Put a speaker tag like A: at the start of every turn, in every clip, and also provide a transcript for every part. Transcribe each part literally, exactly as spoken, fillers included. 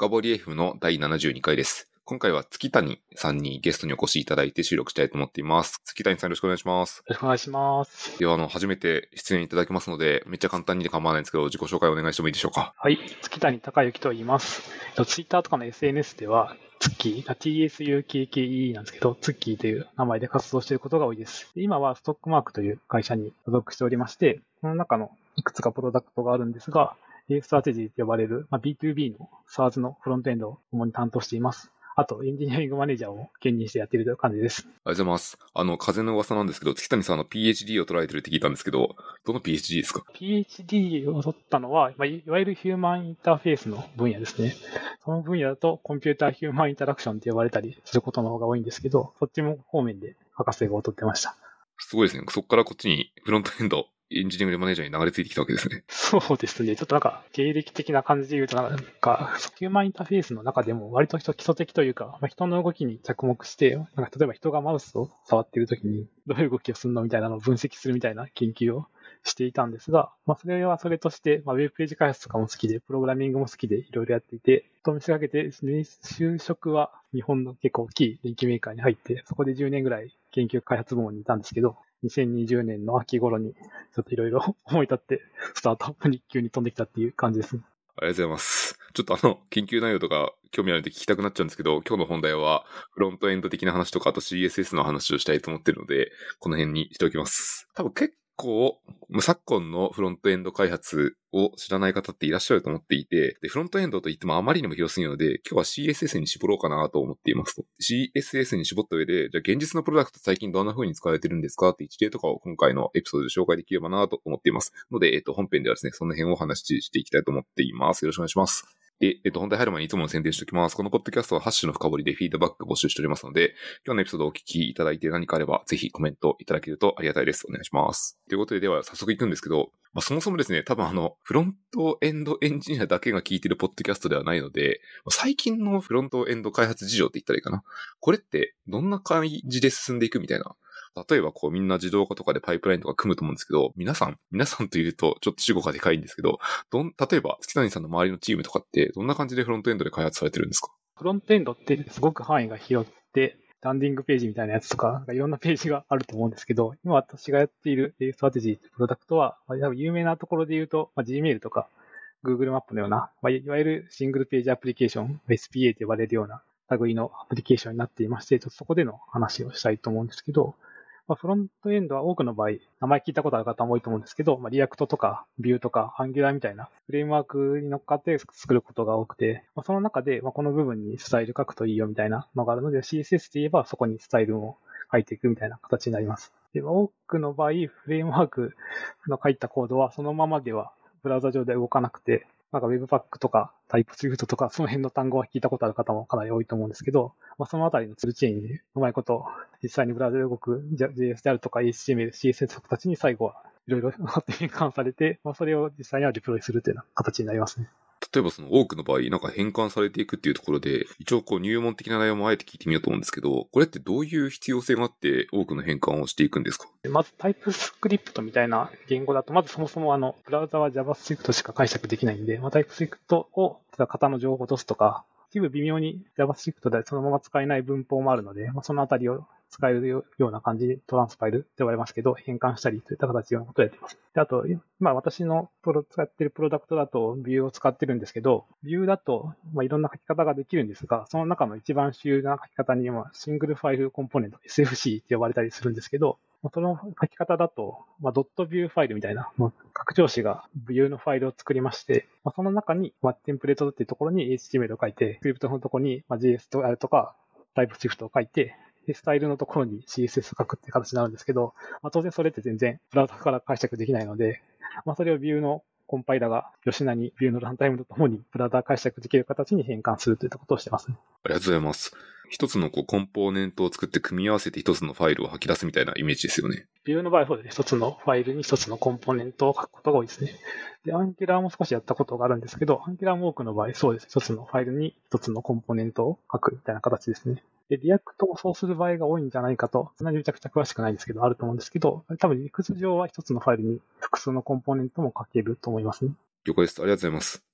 A: 深掘り F のだいななじゅうにかいです。今回は月谷さんにゲストにお越しいただいて収録したいと思っています。月谷さんよろしくお願いします。
B: よろしくお願いします。
A: では、あの、初めて出演いただきますので、めっちゃ簡単にで構わないんですけど、自己紹介お願いしてもいいでしょうか。
B: はい、月谷隆之と言います。ツイッターとかの エスエヌエス では、ツッキー、ティーエスユーケーケーイー なんですけど、ツッキーという名前で活動していることが多いです。で今はストックマークという会社に所属しておりまして、その中のいくつかプロダクトがあるんですが、ストラテジーと呼ばれる、まあ、ビーツービー の SaaS のフロントエンドを主に担当しています。あと、エンジニアリングマネージャーを兼任してやっているという感じです。
A: ありがとうございます。あの、風の噂なんですけど、月谷さんの ピーエイチディー を取られてるって聞いたんですけど、どの ピーエイチディー ですか？
B: ピーエイチディー を取ったのは、まあ、いわゆるヒューマンインターフェースの分野ですね。その分野だとコンピューターヒューマンインタラクションと呼ばれたりすることの方が多いんですけど、そっちも方面で博士号を取ってました。
A: すごいですね。そこからこっちにフロントエンド、エンジニアリングマネージャーに流れ着いてきたわけですね。
B: そうですね。ちょっとなんか、経歴的な感じで言うと、なんか、ヒューマンインターフェースの中でも割と基礎的というか、まあ、人の動きに着目して、なんか例えば人がマウスを触っているときに、どういう動きをするのみたいなのを分析するみたいな研究をしていたんですが、まあ、それはそれとして、まあ、ウェブページ開発とかも好きで、プログラミングも好きで、いろいろやっていて、と見せかけて、就職は日本の結構大きい電機メーカーに入って、そこでじゅうねんぐらい研究開発部門にいたんですけど、にせんにじゅうねんの秋頃に、ちょっといろいろ思い立って、スタートアップに急に飛んできたっていう感じですね。
A: ありがとうございます。ちょっとあの、研究内容とか興味あるんで聞きたくなっちゃうんですけど、今日の本題はフロントエンド的な話とか、あと シーエスエス の話をしたいと思ってるので、この辺にしておきます。多分結構、昨今のフロントエンド開発を知らない方っていらっしゃると思っていて、で、フロントエンドといってもあまりにも広すぎるので、今日は シーエスエス に絞ろうかなと思っていますと。シーエスエス に絞った上で、じゃあ現実のプロダクト最近どんな風に使われてるんですかって一例とかを今回のエピソードで紹介できればなと思っています。ので、えっと、本編ではですね、その辺をお話ししていきたいと思っています。よろしくお願いします。で、えっと、本題入る前にいつもの宣伝しておきます。このポッドキャストはハッシュの深掘りでフィードバック募集しておりますので、今日のエピソードをお聞きいただいて何かあれば、ぜひコメントいただけるとありがたいです。お願いします。ということで、では早速行くんですけど、まあ、そもそもですね、多分あの、フロントエンドエンジニアだけが聞いてるポッドキャストではないので、最近のフロントエンド開発事情って言ったらいいかな。これってどんな感じで進んでいくみたいな。例えばこうみんな自動化とかでパイプラインとか組むと思うんですけど、皆さん、皆さんというとちょっと主語がでかいんですけど、どん、例えば月谷さんの周りのチームとかってどんな感じでフロントエンドで開発されてるんですか？
B: フロントエンドってすごく範囲が広くて、ランディングページみたいなやつとか、なんかいろんなページがあると思うんですけど、今私がやっているストラテジープロダクトは、まあ、多分有名なところで言うと、まあ、Gmail とか Google マップのような、まあ、いわゆるシングルページアプリケーション、エスピーエー と呼ばれるような類のアプリケーションになっていまして、ちょっとそこでの話をしたいと思うんですけど、まあ、フロントエンドは多くの場合、名前聞いたことある方も多いと思うんですけど、まあ、リアクトとかビューとかアンギュラーみたいなフレームワークに乗っかって作ることが多くて、まあ、その中で、まあ、この部分にスタイル書くといいよみたいなのがあるので、シーエスエス で言えばそこにスタイルを書いていくみたいな形になります。で、多くの場合、フレームワークの書いたコードはそのままではブラウザ上で動かなくて、なんか Webpack とか TypeScript とかその辺の単語は聞いたことある方もかなり多いと思うんですけど、まあ、そのあたりのツールチェーンにうまいこと実際にブラウザで動く ジェイエス であるとか エイチティーエムエル、シーエスエス たちに最後はいろいろ変換されて、まあ、それを実際にはデプロイするというような形になりますね。
A: 例えばその多くの場合、なんか変換されていくっていうところで、一応こう入門的な内容もあえて聞いてみようと思うんですけど、これってどういう必要性があって多くの変換をしていくんですか？
B: まずタイプスクリプトみたいな言語だと、まずそもそもあの、ブラウザは JavaScript しか解釈できないんで、まあ、タイプスクリプトを、例えば型の情報を落とすとか、一部微妙に JavaScript でそのまま使えない文法もあるので、まあ、そのあたりを使えるような感じでトランスファイルと呼ばれますけど、変換したりといった形のことをやっています。で、あと、今私のプロ使っているプロダクトだとビューを使ってるんですけど、ビューだと、まあ、いろんな書き方ができるんですが、その中の一番主流な書き方にはシングルファイルコンポーネント、エスエフシー って呼ばれたりするんですけど、その書き方だと、まあ、ドットビューファイルみたいな、拡張子がビューのファイルを作りまして、まあ、その中に、まあ、テンプレートっていうところに エイチティーエムエル を書いて、スクリプトのところに、まあ、ジェイエス とあるとか、TypeScript を書いて、で、スタイルのところに シーエスエス を書くっていう形になるんですけど、まあ、当然それって全然ブラウザから解釈できないので、まあ、それをビューのコンパイラが吉名にビューのランタイムとともにブラウザ解釈できる形に変換するといったことをしてますね。
A: ありがとうございます。一つのこうコンポーネントを作って組み合わせて一つのファイルを吐き出すみたいなイメージですよね。
B: ビューの場合はそうですね。一つのファイルに一つのコンポーネントを書くことが多いですね。で、Angularも少しやったことがあるんですけど、Angularも多くの場合そうです。一つのファイルに一つのコンポーネントを書くみたいな形ですね。で、リアクトもそうする場合が多いんじゃないかと、そんなにめちゃくちゃ詳しくないんですけど、あると思うんですけど、多分理屈上は一つのファイルに複数のコンポーネントも書けると思いますね。
A: 了解です。ありがとうございます。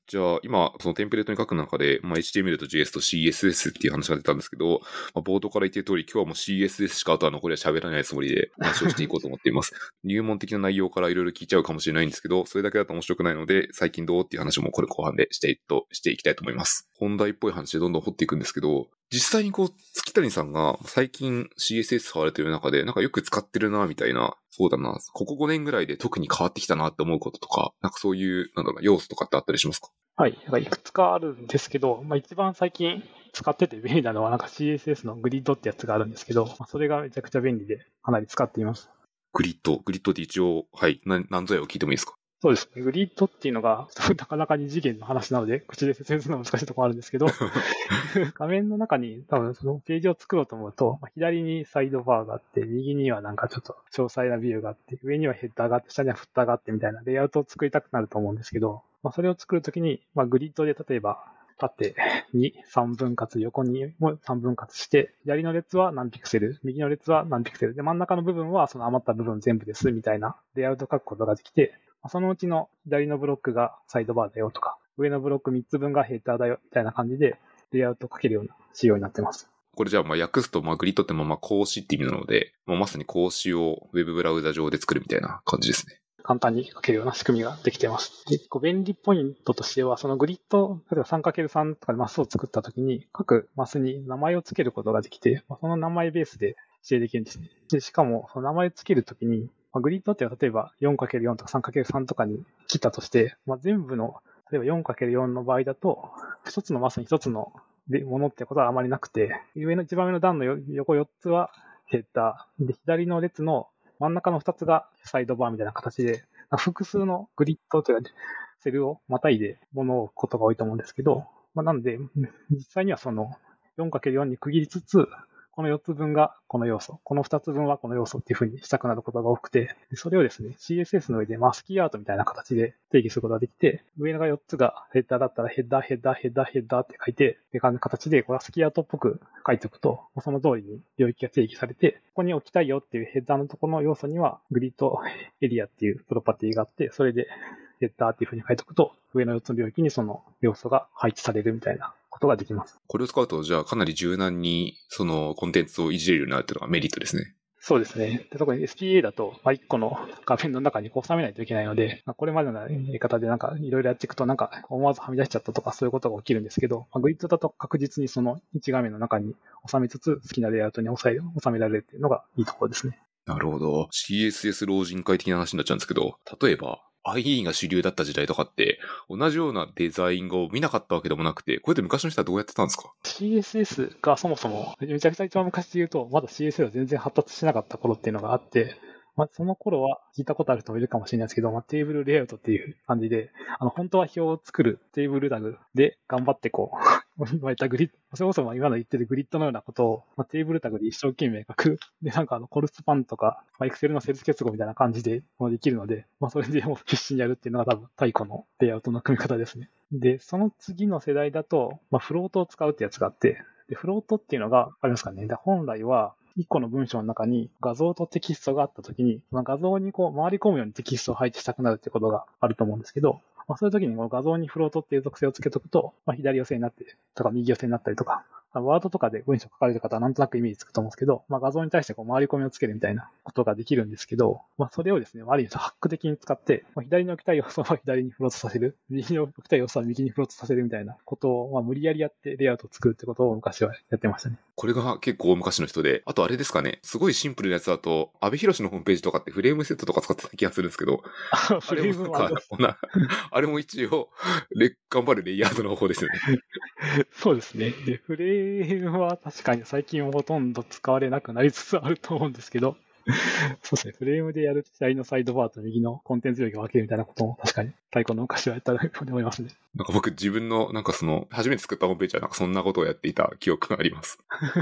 A: じゃあ、今、そのテンプレートに書く中で、まあ、エイチティーエムエル と ジェイエス と シーエスエス っていう話が出たんですけど、まあ、冒頭から言っている通り、今日はもう シーエスエス しかあとは残りは喋らないつもりで話をしていこうと思っています。入門的な内容からいろいろ聞いちゃうかもしれないんですけど、それだけだと面白くないので、最近どうっていう話もこれ後半でしていとしていきたいと思います。本題っぽい話でどんどん掘っていくんですけど、実際にこう、月谷さんが最近 シーエスエス 使われてる中で、なんかよく使ってるな、みたいな、そうだな、ここごねんぐらいで特に変わってきたなって思うこととか、なんかそういう、なんだろうな、要素とかってあったりしますか？
B: はい。なんかいくつかあるんですけど、まあ、一番最近使ってて便利なのは、なんか シーエスエス のグリッドってやつがあるんですけど、まあ、それがめちゃくちゃ便利で、かなり使っています。
A: グリッド。グリッドって一応、はい、な何ぞやを聞いてもいいですか？
B: そうですね。グリッドっていうのが、なかなか二次元の話なので、口で説明するのは難しいところあるんですけど、画面の中に多分そのページを作ろうと思うと、まあ、左にサイドバーがあって、右にはなんかちょっと詳細なビューがあって、上にはヘッダーがあって、下にはフッターがあってみたいなレイアウトを作りたくなると思うんですけど、まあ、それを作るときに、まあ、グリッドで例えば、縦にさんぶん割、横にもさんぶん割して、左の列は何ピクセル、右の列は何ピクセルで、真ん中の部分はその余った部分全部ですみたいなレイアウトを書くことができて、そのうちの左のブロックがサイドバーだよとか、上のブロックみっつぶんがヘッダーだよみたいな感じで、レイアウトを書けるような仕様になってます。
A: これじゃあ、まあ訳すと、まあグリッドってまあまあ格子って意味なので、まあ、まさに格子をウェブブラウザ上で作るみたいな感じですね。
B: 簡単に書けるような仕組みができています。で、結構便利ポイントとしては、そのグリッド、例えば さんかけるさん とかでマスを作ったときに、各マスに名前を付けることができて、その名前ベースで指定できるんですね。で、しかも、その名前を付けるときに、まあ、グリッドっていうのは例えば よんかけるよん とか さんかけるさん とかに切ったとして、まあ、全部の、例えば よんかけるよん の場合だと、一つのマスに一つのものってことはあまりなくて、上の一番上の段の横よっつはヘッダー、で、左の列の真ん中のふたつがサイドバーみたいな形で、複数のグリッドというか、セルをまたいで物を置くことが多いと思うんですけど、まあ、なので、実際にはその よんかけるよん に区切りつつ、このよっつぶんがこの要素、このふたつぶんはこの要素っていう風にしたくなることが多くて、それをですね、シーエスエス の上でマスキーアートみたいな形で定義することができて、上がよっつがヘッダーだったらヘッダー、ヘッダー、ヘッダー、ヘッダーって書いて、って感じの形で、これはスキーアートっぽく書いておくと、その通りに領域が定義されて、ここに置きたいよっていうヘッダーのところの要素には、グリッドエリアっていうプロパティがあって、それでヘッダーっていう風に書いておくと、上のよっつの領域にその要素が配置されるみたいなことができます。
A: これを使うと、じゃあかなり柔軟にそのコンテンツをいじれるようになるというのがメリットですね。
B: そうですね。で特に エスピーエー だと、まあ、いっこの画面の中にこう収めないといけないので、まあ、これまでのやり方でなんかいろいろやっていくとなんか思わずはみ出しちゃったとかそういうことが起きるんですけど、まあ、グリッドだと確実にそのいち画面の中に収めつつ好きなレイアウトに収められるっていうのがいいところですね。
A: なるほど。シーエスエス 老人会的な話になっちゃうんですけど、例えば アイイー が主流だった時代とかって、同じようなデザインを見なかったわけでもなくて、これって昔の人はどうやってたんですか？
B: シーエスエス がそもそも、めちゃくちゃ一番昔で言うと、まだ シーエスエス が全然発達しなかった頃っていうのがあって、まあ、その頃は聞いたことある人もいるかもしれないですけど、まあ、テーブルレイアウトっていう感じで、あの、本当は表を作るテーブルタグで頑張ってこう、今言ったグリッド、そもそも今の言ってるグリッドのようなことを、まあ、テーブルタグで一生懸命書く。で、なんかあの、コルスパンとか、まあ、エクセルのセルス結合みたいな感じでできるので、まあ、それでもう必死にやるっていうのが多分太古のレイアウトの組み方ですね。で、その次の世代だと、まあ、フロートを使うってやつがあって、で、フロートっていうのが、ありますかね。で本来は、一個の文章の中に画像とテキストがあったときに、その画像にこう回り込むようにテキストを配置したくなるってことがあると思うんですけど、まあ、そういう時にこの画像にフロートっていう属性をつけとくと、まあ、左寄せになってとか右寄せになったりとか、ワードとかで文章書かれる方はなんとなくイメージつくと思うんですけど、まあ、画像に対してこう回り込みをつけるみたいなことができるんですけど、まあ、それをですね、ある意味ハック的に使って、まあ、左に置きたい要素は左にフロートさせる、右に置きたい要素は右にフロートさせるみたいなことを、まあ、無理やりやってレイアウトを作るってことを昔はやってましたね。
A: これが結構昔の人で、あとあれですかね、すごいシンプルなやつだと、安倍博のホームページとかってフレームセットとか使ってた気がするんですけど、あれもなんか、あれも一応、頑張るレイヤードの方法ですよね。
B: そうですね。で、フレームは確かに最近ほとんど使われなくなりつつあると思うんですけど、そうですね。フレームでやる左のサイドバーと右のコンテンツ領域を分けるみたいなことも確かに太古の昔はやったと思いますね。
A: なんか僕自分のなんかその初めて作ったホームページはなんかそんなことをやっていた記憶があります。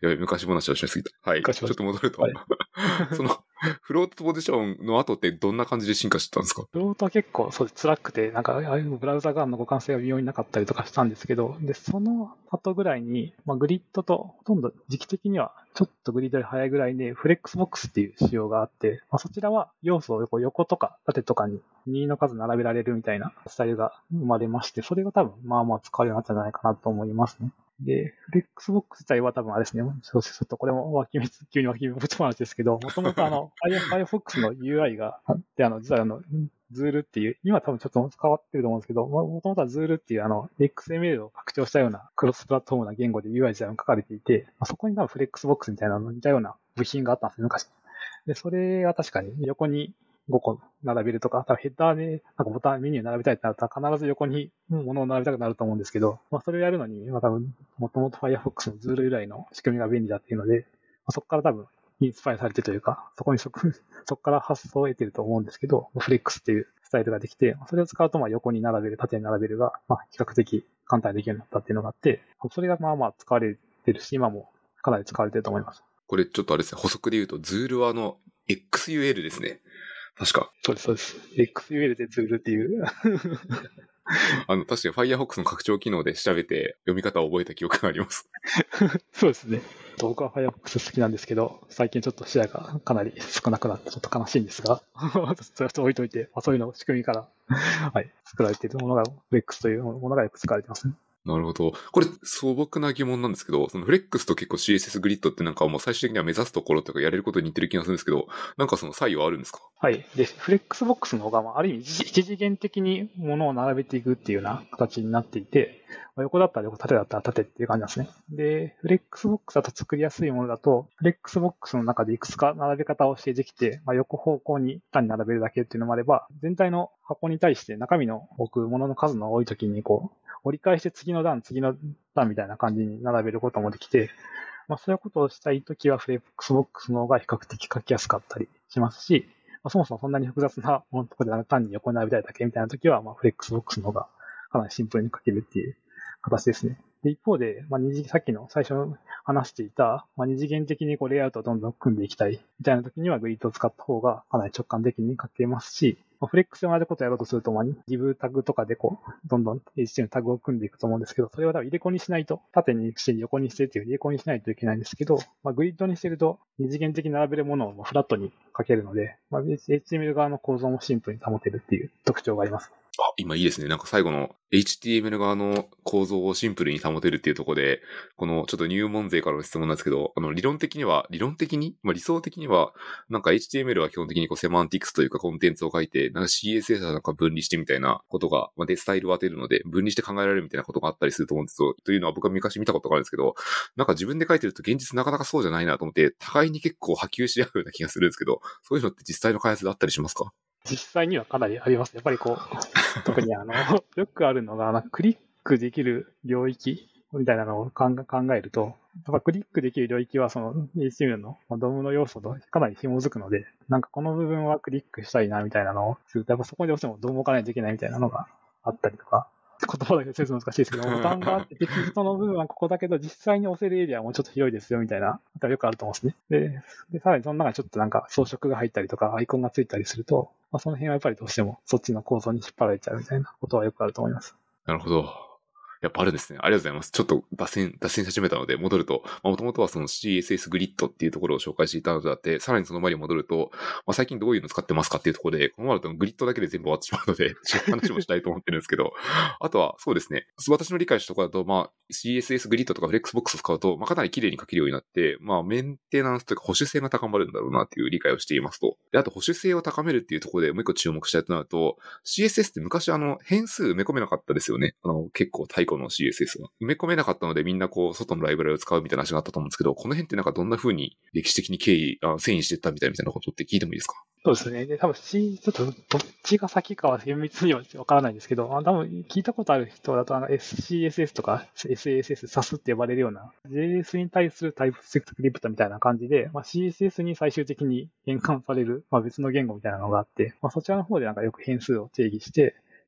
A: やべ、昔話をしすぎた。はい。ちょっと戻ると、はい、その、フロートポジションの後ってどんな感じで進化してたんですか？
B: フロートは結構そう辛くて、なんか、ああいうブラウザ側の互換性が微妙になかったりとかしたんですけど、で、その後ぐらいに、まあ、グリッドと、ほとんど時期的にはちょっとグリッドより早いぐらいで、フレックスボックスっていう仕様があって、まあ、そちらは要素を横とか縦とかに任意の数並べられるみたいなスタイルが生まれまして、それが多分まあまあ使われるようになったんじゃないかなと思いますね。で、フレックスボックス自体は多分あれですね、ちょっとこれも脇道、急に脇道ぶち話ですけど、もともとあの、Firefox の ユーアイ があって、あの、実はあの、ズールっていう、今多分ちょっと変わってると思うんですけど、もともとはズールっていうあの、エックスエムエル を拡張したようなクロスプラットフォームな言語で ユーアイ 自体も書かれていて、そこに多分フレックスボックスみたいなの似たような部品があったんですよ、昔。で、それは確かに横にごこ並べるとか、多分ヘッダーでなんかボタン、メニュー並べたいってなったら必ず横に物を並べたくなると思うんですけど、まあそれをやるのに、まあ多分、もともと Firefox のズール由来の仕組みが便利だっていうので、まあ、そこから多分、インスパイアされてというか、そこにそこそこから発想を得てると思うんですけど、フレックスっていうスタイルができて、それを使うとまあ横に並べる、縦に並べるが、まあ比較的簡単にできるようになったっていうのがあって、それがまあまあ使われてるし、今もかなり使われてると思います。
A: これちょっとあれですね、補足で言うと、ズールはあの、エックスユーエル ですね。確か。
B: そうです、そうです。エックスユーエル でズールっていう。
A: あの、確かに Firefox の拡張機能で調べて読み方を覚えた記憶があります。
B: そうですね。僕は Firefox 好きなんですけど、最近ちょっと視野がかなり少なくなってちょっと悲しいんですが、それは置いといて、まあ、そういうの仕組みから、はい、作られているものが、Flex というものがよく使われていますね。
A: なるほど。これ素朴な疑問なんですけど、そのフレックスと結構 シーエスエス グリッドってなんかもう最終的には目指すところとかやれることに似てる気がするんですけど、なんかその差異はあるんですか？
B: はい。で、フレックスボックスの方が、ある意味一次元的に物を並べていくっていうような形になっていて、横だったら横、縦だったら縦っていう感じなんですね。で、フレックスボックスだと作りやすいものだと、フレックスボックスの中でいくつか並べ方をしてできて、まあ、横方向に単に並べるだけっていうのもあれば、全体の箱に対して中身の置くものの数の多い時にこう、折り返して次の段、次の段みたいな感じに並べることもできて、まあ、そういうことをしたいときはフレックスボックスの方が比較的書きやすかったりしますし、まあ、そもそもそんなに複雑なものとかで単に横に並べたいだけみたいなときは、まあ、フレックスボックスの方がかなりシンプルに書けるっていう形ですね。で一方で、まあ、二次さっきの最初話していた、まあ、二次元的にこうレイアウトをどんどん組んでいきたいみたいなときにはグリッドを使った方がかなり直感的に書けますし、まあ、フレックスで同じことをやろうとすると、まあ、リブタグとかでこう、どんどん エイチティーエムエル タグを組んでいくと思うんですけど、それは多分入れ子にしないと、縦にして横にしてっていう入れ子にしないといけないんですけど、まあ、グリッドにしてると、二次元的に並べるものをフラットに書けるので、まあ、エイチティーエムエル 側の構造もシンプルに保てるっていう特徴があります。
A: あ、今いいですね。なんか最後の エイチティーエムエル 側の構造をシンプルに保てるっていうところで、このちょっと入門勢からの質問なんですけど、あの理論的には、理論的に、まあ、理想的には、なんか エイチティーエムエル は基本的にこうセマンティクスというかコンテンツを書いて、なんか シーエスエス はなんか分離してみたいなことが、まあ、で、スタイルを当てるので、分離して考えられるみたいなことがあったりすると思うんですよ。というのは僕は昔見たことがあるんですけど、なんか自分で書いてると現実なかなかそうじゃないなと思って、互いに結構波及し合うような気がするんですけど、そういうのって実際の開発であったりしますか？
B: 実際にはかなりあります。やっぱりこう、特にあの、よくあるのが、なんかクリックできる領域みたいなのを考えると、やっぱクリックできる領域はその エイチティーエムエル のドームの要素とかなり紐づくので、なんかこの部分はクリックしたいなみたいなのをすると、やっぱそこにどうしてもドームを置かないといけないみたいなのがあったりとか、言葉だけ説明難しいですけど、ボタンがあってテキストの部分はここだけど、実際に押せるエリアはもうちょっと広いですよみたいな、よくあると思うんですね。で、でさらにその中にちょっとなんか装飾が入ったりとか、アイコンがついたりすると、まあ、その辺はやっぱりどうしてもそっちの構造に引っ張られちゃうみたいなことはよくあると思います。
A: なるほど。やっぱあるんですね。ありがとうございます。ちょっと脱線、脱線し始めたので戻ると、もともとはその シーエスエス グリッドっていうところを紹介していたのであって、さらにその前に戻ると、まあ、最近どういうの使ってますかっていうところで、このままだとグリッドだけで全部終わってしまうので、違う話もしたいと思ってるんですけど、あとはそうですね、私の理解したところだと、まあ、シーエスエス グリッドとかフレックスボックスを使うと、まあ、かなり綺麗に書けるようになって、まあ、メンテナンスというか保守性が高まるんだろうなっていう理解をしていますと。で、あと保守性を高めるっていうところでもう一個注目したいとなると、シーエスエス って昔あの、変数埋め込めなかったですよね。あの、結構太古の シーエスエス は。埋め込めなかったのでみんなこう、外のライブラリを使うみたいな話があったと思うんですけど、この辺ってなんかどんな風に歴史的に経緯、あ遷移していったみたいなみたいなことって聞いてもいいですか？
B: そうですね。で、多分 C、ちょっとどっちが先かは厳密にはわからないんですけど、あ多分聞いたことある人だと、あの シーエスエス とか エスエスエス、サス って呼ばれるような ジェイエス に対するタイプスクリプトみたいな感じで、まあ、シーエスエス に最終的に変換される、まあ、別の言語みたいなのがあって、まあ、そちらの方でなんかよく変数を定義して、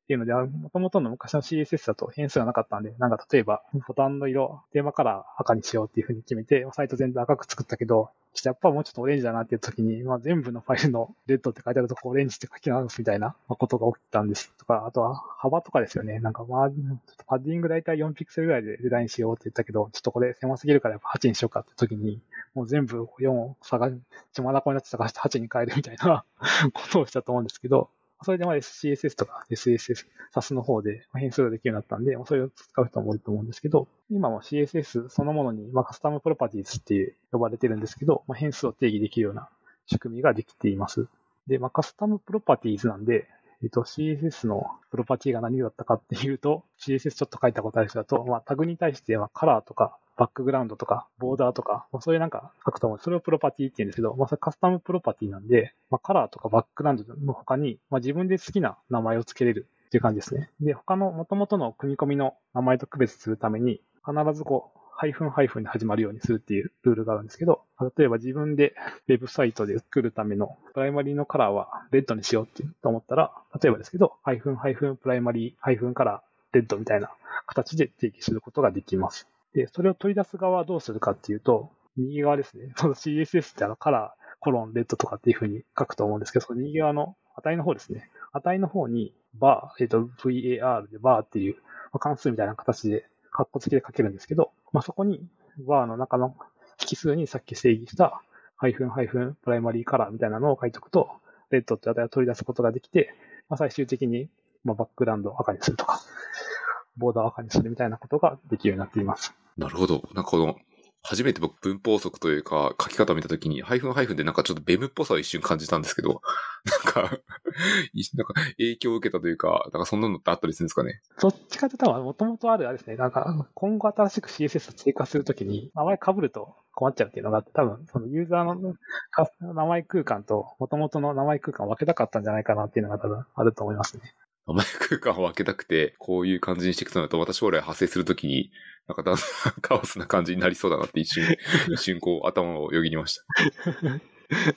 B: っていうので、もともとの昔の シーエスエス だと変数がなかったんで、なんか例えば、ボタンの色、テーマカラー赤にしようっていうふうに決めて、サイト全体赤く作ったけど、やっぱもうちょっとオレンジだなっていう時に、まあ、全部のファイルのレッドって書いてあるとこオレンジって書き直すみたいなことが起きたんですとか、あとは幅とかですよね。なんかまあ、ちょっとパッディングだいたいよんピクセルぐらいでデザインしようって言ったけど、ちょっとこれ狭すぎるからやっぱはちにしようかって時に、もう全部よんを探し、血まだこになって探してはちに変えるみたいなことをしたと思うんですけど、それでまあ エスシーエスエス とか エスエスエス、サス の方で変数ができるようになったんで、それを使う人も多いと思うんですけど、今も シーエスエス そのものに、まあ、カスタムプロパティーズっていう呼ばれてるんですけど、まあ、変数を定義できるような仕組みができています。で、まあ、カスタムプロパティーズなんで、えっと、シーエスエス のプロパティが何だったかっていうと、シーエスエス ちょっと書いたことある人だと、まあ、タグに対してはカラーとか、バックグラウンドとか、ボーダーとか、そういうなんか書くと思う。それをプロパティって言うんですけど、まあ、それカスタムプロパティなんで、まあ、カラーとかバックグラウンドの他に、まあ、自分で好きな名前を付けれるっていう感じですね。で、他の元々の組み込みの名前と区別するために、必ずこう、ハイフンハイフンで始まるようにするっていうルールがあるんですけど、例えば自分でウェブサイトで作るためのプライマリーのカラーはレッドにしようって思ったら、例えばですけど、ハイフンハイフンプライマリーハイフンカラーレッドみたいな形で定義することができます。で、それを取り出す側はどうするかっていうと、右側ですね。その シーエスエス ってあのカラー、コロン、レッドとかっていう風に書くと思うんですけど、その右側の値の方ですね。値の方にバー、えっと、ブイエーアール でバーっていう関数みたいな形で、カッコ付きで書けるんですけど、まあ、そこにバーの中の引数にさっき定義したハイフンハイフンプライマリーカラーみたいなのを書いておくと、レッドって値を取り出すことができて、まあ、最終的にまあバックグラウンドを赤にするとか、ボーダーを赤にするみたいなことができるようになっています。
A: なるほど。なんかこの、初めて僕文法則というか書き方を見たときに、ハイフンハイフンでなんかちょっとベムっぽさを一瞬感じたんですけど、なんか、なんか影響を受けたというか、なんかそんなのってあったりするんですかね。
B: どっちかというと、もともとあるあれですね。なんか、今後新しく シーエスエス を追加するときに、名前被ると困っちゃうっていうのがあって、多分、そのユーザーの名前空間と元々の名前空間を分けたかったんじゃないかなっていうのが多分あると思いますね。
A: 名前空間を分けたくて、こういう感じにしていくとなると、また将来発生するときに、なんかだんだんカオスな感じになりそうだなって一瞬、一瞬こう頭をよぎりました。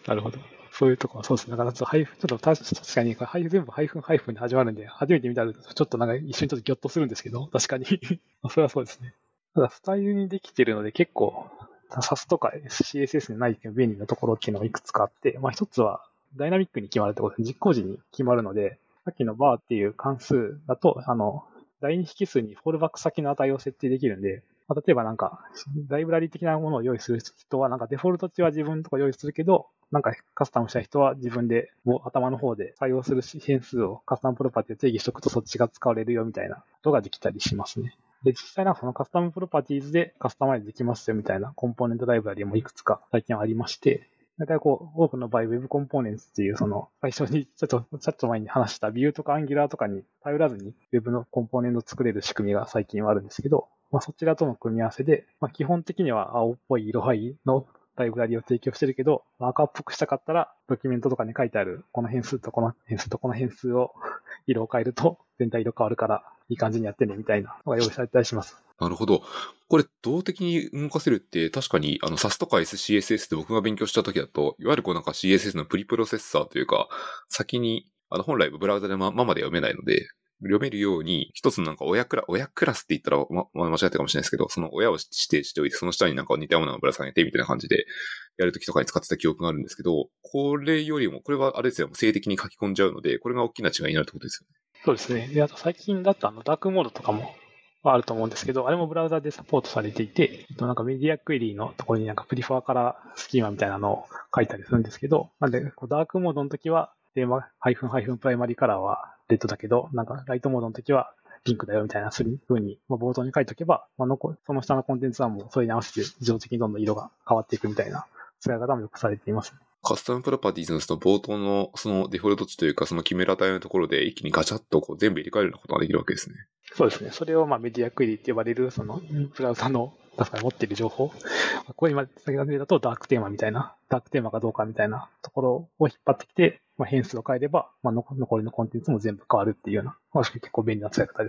B: なるほど。そういうとこはそうですね。だからちょっとハイフン、ちょっと確かに、ハイ全部ハイフンハイフンで始まるんで、初めて見たらちょっとなんか一瞬ちょっとギョッとするんですけど、確かに。それはそうですね。ただ、スタイルにできてるので結構、サス とか シーエスエス にない便利なところっていうのがいくつかあって、まあ一つはダイナミックに決まるってことで、実行時に決まるので、さっきのバーっていう関数だと、あの、第二引数にフォールバック先の値を設定できるんで、まあ、例えばなんか、ライブラリ的なものを用意する人は、なんかデフォルト値は自分のところ用意するけど、なんかカスタムした人は自分で、もう頭の方で採用する変数をカスタムプロパティを定義しておくとそっちが使われるよみたいなことができたりしますね。で、実際なんかそのカスタムプロパティーズでカスタマイズできますよみたいなコンポーネントライブラリもいくつか最近ありまして、だいたいこう、多くの場合 Web コンポーネンツっていうその、最初にちょっと、ちょっと前に話したビューとか Angular とかに頼らずに Web のコンポーネントを作れる仕組みが最近はあるんですけど、まあそちらとの組み合わせで、まあ基本的には青っぽい色配のライブラリを提供してるけど、赤っぽくしたかったら、ドキュメントとかに書いてある、この変数とこの変数とこの変数を色を変えると、全体色変わるから、いい感じにやってね、みたいなのが用意されたりします。
A: なるほど。これ、動的に動かせるって、確かに、あの、サス とか エスシーエスエス で僕が勉強した時だと、いわゆるこうなんか シーエスエス のプリプロセッサーというか、先に、あの、本来ブラウザでま、ままで読めないので、読めるように、一つのなんか親クラ、親クラスって言ったら、ま、ま、間違ったかもしれないですけど、その親を指定しておいて、その下になんか似たようなのをぶら下げて、みたいな感じで、やるときとかに使ってた記憶があるんですけど、これよりも、これはあれですよ、静的に書き込んじゃうので、これが大きな違いになるってことですよね。
B: そうですね。で、あと最近だとあの、ダークモードとかもあると思うんですけど、あれもブラウザでサポートされていて、なんかメディアクエリーのところになんかプリファーカラースキーマみたいなのを書いたりするんですけど、なんで、ダークモードの時は、テーマ、ハイフンハイフンプライマリーカラーはレッドだけど、なんかライトモードの時はピンクだよみたいな風に、まあ、冒頭に書いておけば、まあ、その下のコンテンツはもうそれに合わせて自動的にどんどん色が変わっていくみたいな使い方もよくされています。
A: カスタムプロパティーズのその冒頭のそのデフォルト値というかその決める値のところで一気にガチャッとこう全部入れ替えるようなことができるわけですね。
B: そうですね。それをまあメディアクエリって呼ばれるそのブラウザの確かに持っている情報。ここ今先ほどだとダークテーマみたいな、ダークテーマかどうかみたいなところを引っ張ってきて、まあ、変数を変えれば、まあ、残りのコンテンツも全部変わるっていうような、まあ、結構便利な使い方ですね。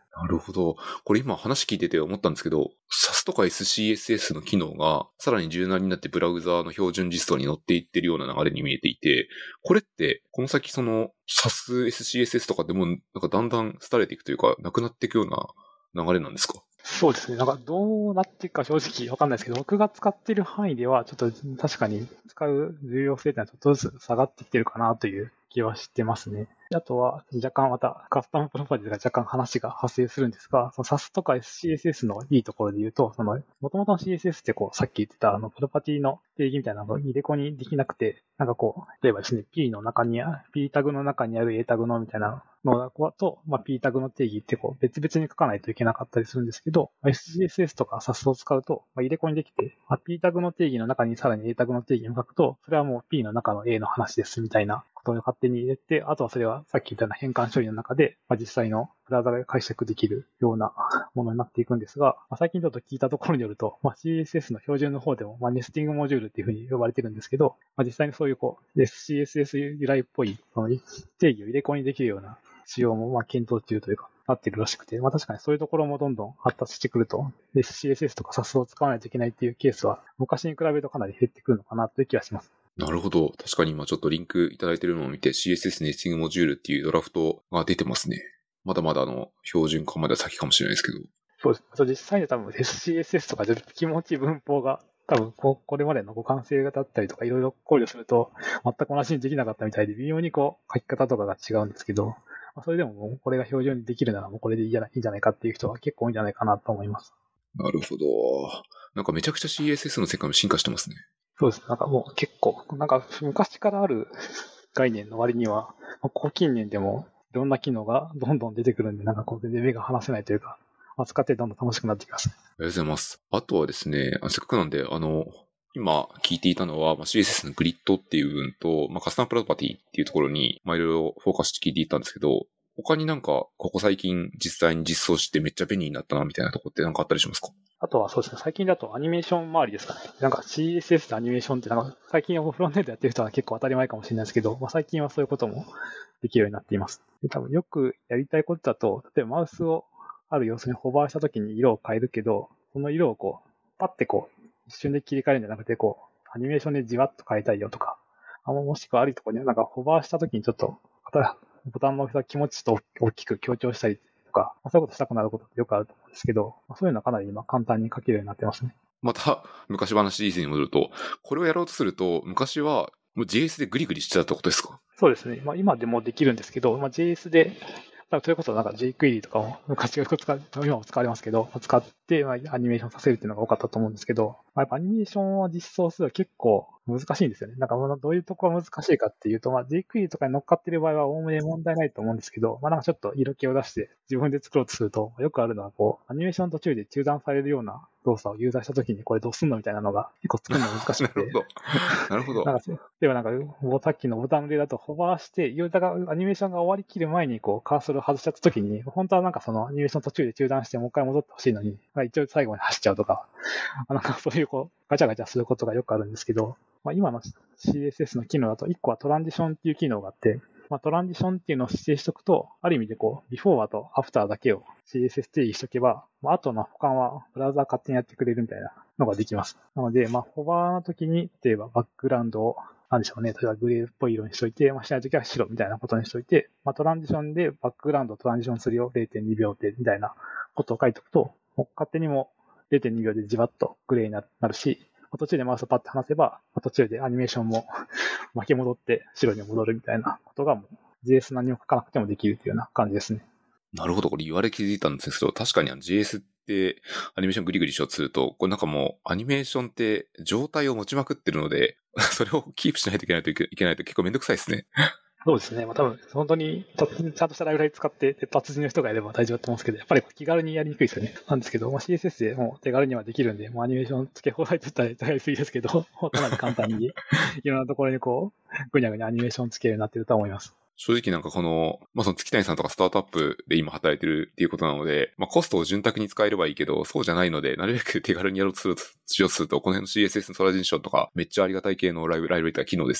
A: なるほど。これ今話聞いてて思ったんですけど、サス とか エスシーエスエス の機能がさらに柔軟になってブラウザーの標準実装に乗っていってるような流れに見えていて、これってこの先その サス、エスシーエスエス とかでもなんかだんだん廃れていくというか、なくなっていくような流れなんですか？
B: そうですね。なんかどうなっていくか正直わかんないですけど、僕が使っている範囲では、ちょっと確かに使う重要性ってのはちょっとずつ下がってきてるかなという気はしてますね。あとは、若干またカスタムプロパティが若干話が発生するんですが、その サス とか エスシーエスエス のいいところで言うと、その、元々の シーエスエス ってこう、さっき言ってたあの、プロパティの定義みたいなのが入れ子にできなくて、なんかこう、例えばですね、P の中に、P タグの中にある A タグのみたいなのと、まあ、P タグの定義ってこう、別々に書かないといけなかったりするんですけど、エスシーエスエス とか サス を使うと、まあ、入れ子にできて、まあ、P タグの定義の中にさらに A タグの定義を書くと、それはもう P の中の A の話ですみたいなことを勝手に入れて、あとはそれはさっき言ったような変換処理の中で、まあ、実際のブラウザが解釈できるようなものになっていくんですが、まあ、最近ちょっと聞いたところによると、まあ、シーエスエス の標準の方でも、まあ、ネスティングモジュールっていうふうに呼ばれてるんですけど、まあ、実際にそういうこう エスシーエスエス 由来っぽいその定義を入れ子にできるような仕様もまあ検討中というか、なってるらしくて、まあ確かにそういうところもどんどん発達してくると、エスシーエスエス とか サス を使わないといけないっていうケースは、昔に比べるとかなり減ってくるのかなという気がします。
A: なるほど。確かに今ちょっとリンクいただいてるのを見て シーエスエス ネスティングモジュールっていうドラフトが出てますね。まだまだあの標準化までは先かもしれないですけど。
B: そうです。実際には多分 エスシーエスエス とかで気持ち文法が多分ここれまでの互換性だったりとかいろいろ考慮すると全く同じにできなかったみたいで微妙にこう書き方とかが違うんですけど、それでももうこれが標準にできるならもうこれでいいんじゃない、いいんじゃないかっていう人は結構多いんじゃないかなと思います。
A: なるほど。なんかめちゃくちゃ シーエスエス の世界も進化してますね。
B: そうです。なんかもう結構、なんか昔からある概念の割には、ここ近年でもいろんな機能がどんどん出てくるんで、なんかこう全然目が離せないというか、扱ってどんどん楽しくなってきます。
A: ありがとうございます。あとはですね、せっかくなんで、あの、今聞いていたのは、まあ、シーエスエス のグリッドっていう部分と、まあ、カスタムプロパティっていうところに、まあ、いろいろフォーカスして聞いていたんですけど、他になんか、ここ最近実際に実装してめっちゃ便利になったなみたいなところってなんかあったりしますか？
B: あとはそうですね、最近だとアニメーション周りですかね。なんか シーエスエス とアニメーションってなんか最近はフロントエンドやってる人は結構当たり前かもしれないですけど、まあ、最近はそういうこともできるようになっています。で多分よくやりたいことだと、例えばマウスをある様子にホバーしたときに色を変えるけど、その色をこう、パッてこう、一瞬で切り替えるんじゃなくて、こう、アニメーションでじわっと変えたいよとか、あもしくはあるところになんかホバーしたときにちょっと、ボタンの大きさ気持ちと大きく強調したりとか、そういうことしたくなることってよくあると思うんですけど、そういうのはかなり今簡単に書けるようになってますね。
A: また、昔話シリーズに戻ると、これをやろうとすると、昔はもう ジェイエス でグリグリしてたってことですか？
B: そうですね。まあ、今でもできるんですけど、まあ、ジェイエス で、それこそなんか jQuery とかも昔よく使う、今も使われますけど、使ってまあアニメーションさせるっていうのが多かったと思うんですけど、まあ、やっぱアニメーションを実装するのは結構難しいんですよね。なんかどういうところが難しいかっていうと、まあ、jQuery とかに乗っかってる場合はおおむね問題ないと思うんですけど、まあ、なんかちょっと色気を出して自分で作ろうとすると、よくあるのはこう、アニメーション途中で中断されるような動作をユーザーしたときにこれどうすんのみたいなのが結構作るの難しくて。
A: なるほど。なるほど。
B: なんかではなんか、さっきのボタンでだとホバーして、ユーザーがアニメーションが終わりきる前にこうカーソルを外しちゃったときに、本当はなんかそのアニメーション途中で中断してもう一回戻ってほしいのに、一応最後に走っちゃうとか、なんかそういうこうガチャガチャすることがよくあるんですけど、まあ、今の シーエスエス の機能だといっこはトランジションっていう機能があって、まあ、トランジションっていうのを指定しておくと、ある意味でこう、ビフォーとアフターだけを シーエスエス 定義しておけば、まあ、後の保管はブラウザー勝手にやってくれるみたいなのができます。なので、まあ、ホバーの時に、例えばバックグラウンドを、なんでしょうね、例えばグレーっぽい色にしといて、まあ、しない時は白みたいなことにしといて、まあ、トランジションでバックグラウンドをトランジションするよ れいてんにびょうでみたいなことを書いておくと、もう勝手にも れいてんにびょうでじわっとグレーになるし、途中でマウスをパッと離せば、途中でアニメーションも巻き戻って白に戻るみたいなことがもう ジェイエス 何も書かなくてもできるというような感じですね。
A: なるほど。これ言われ気づいたんですけど、確かにあの ジェイエス ってアニメーショングリグリしようとすると、これなんかもうアニメーションって状態を持ちまくってるので、それをキープしないといけないといけないと結構めんどくさいですね。
B: そうですね。まあ、多分、本当にちゃんとしたライブラリ使って達人の人がいれば大丈夫だと思うんですけど、やっぱり気軽にやりにくいですよね。なんですけど、まあ、シーエスエス でもう手軽にはできるんで、もうアニメーション付け放題といったら使いすぎですけど、かなり簡単にいろんなところにこう、ぐにゃぐにゃアニメーション付けるようになってると思います。
A: 正直なんかこの、まあ、その月谷さんとかスタートアップで今働いてるっていうことなので、まあ、コストを潤沢に使えればいいけど、そうじゃないので、なるべく手軽にやろうとすると、しようとすると、この辺の シーエスエス のトランジションとか、めっちゃありがたい系のライブライブラリとか機能ですね。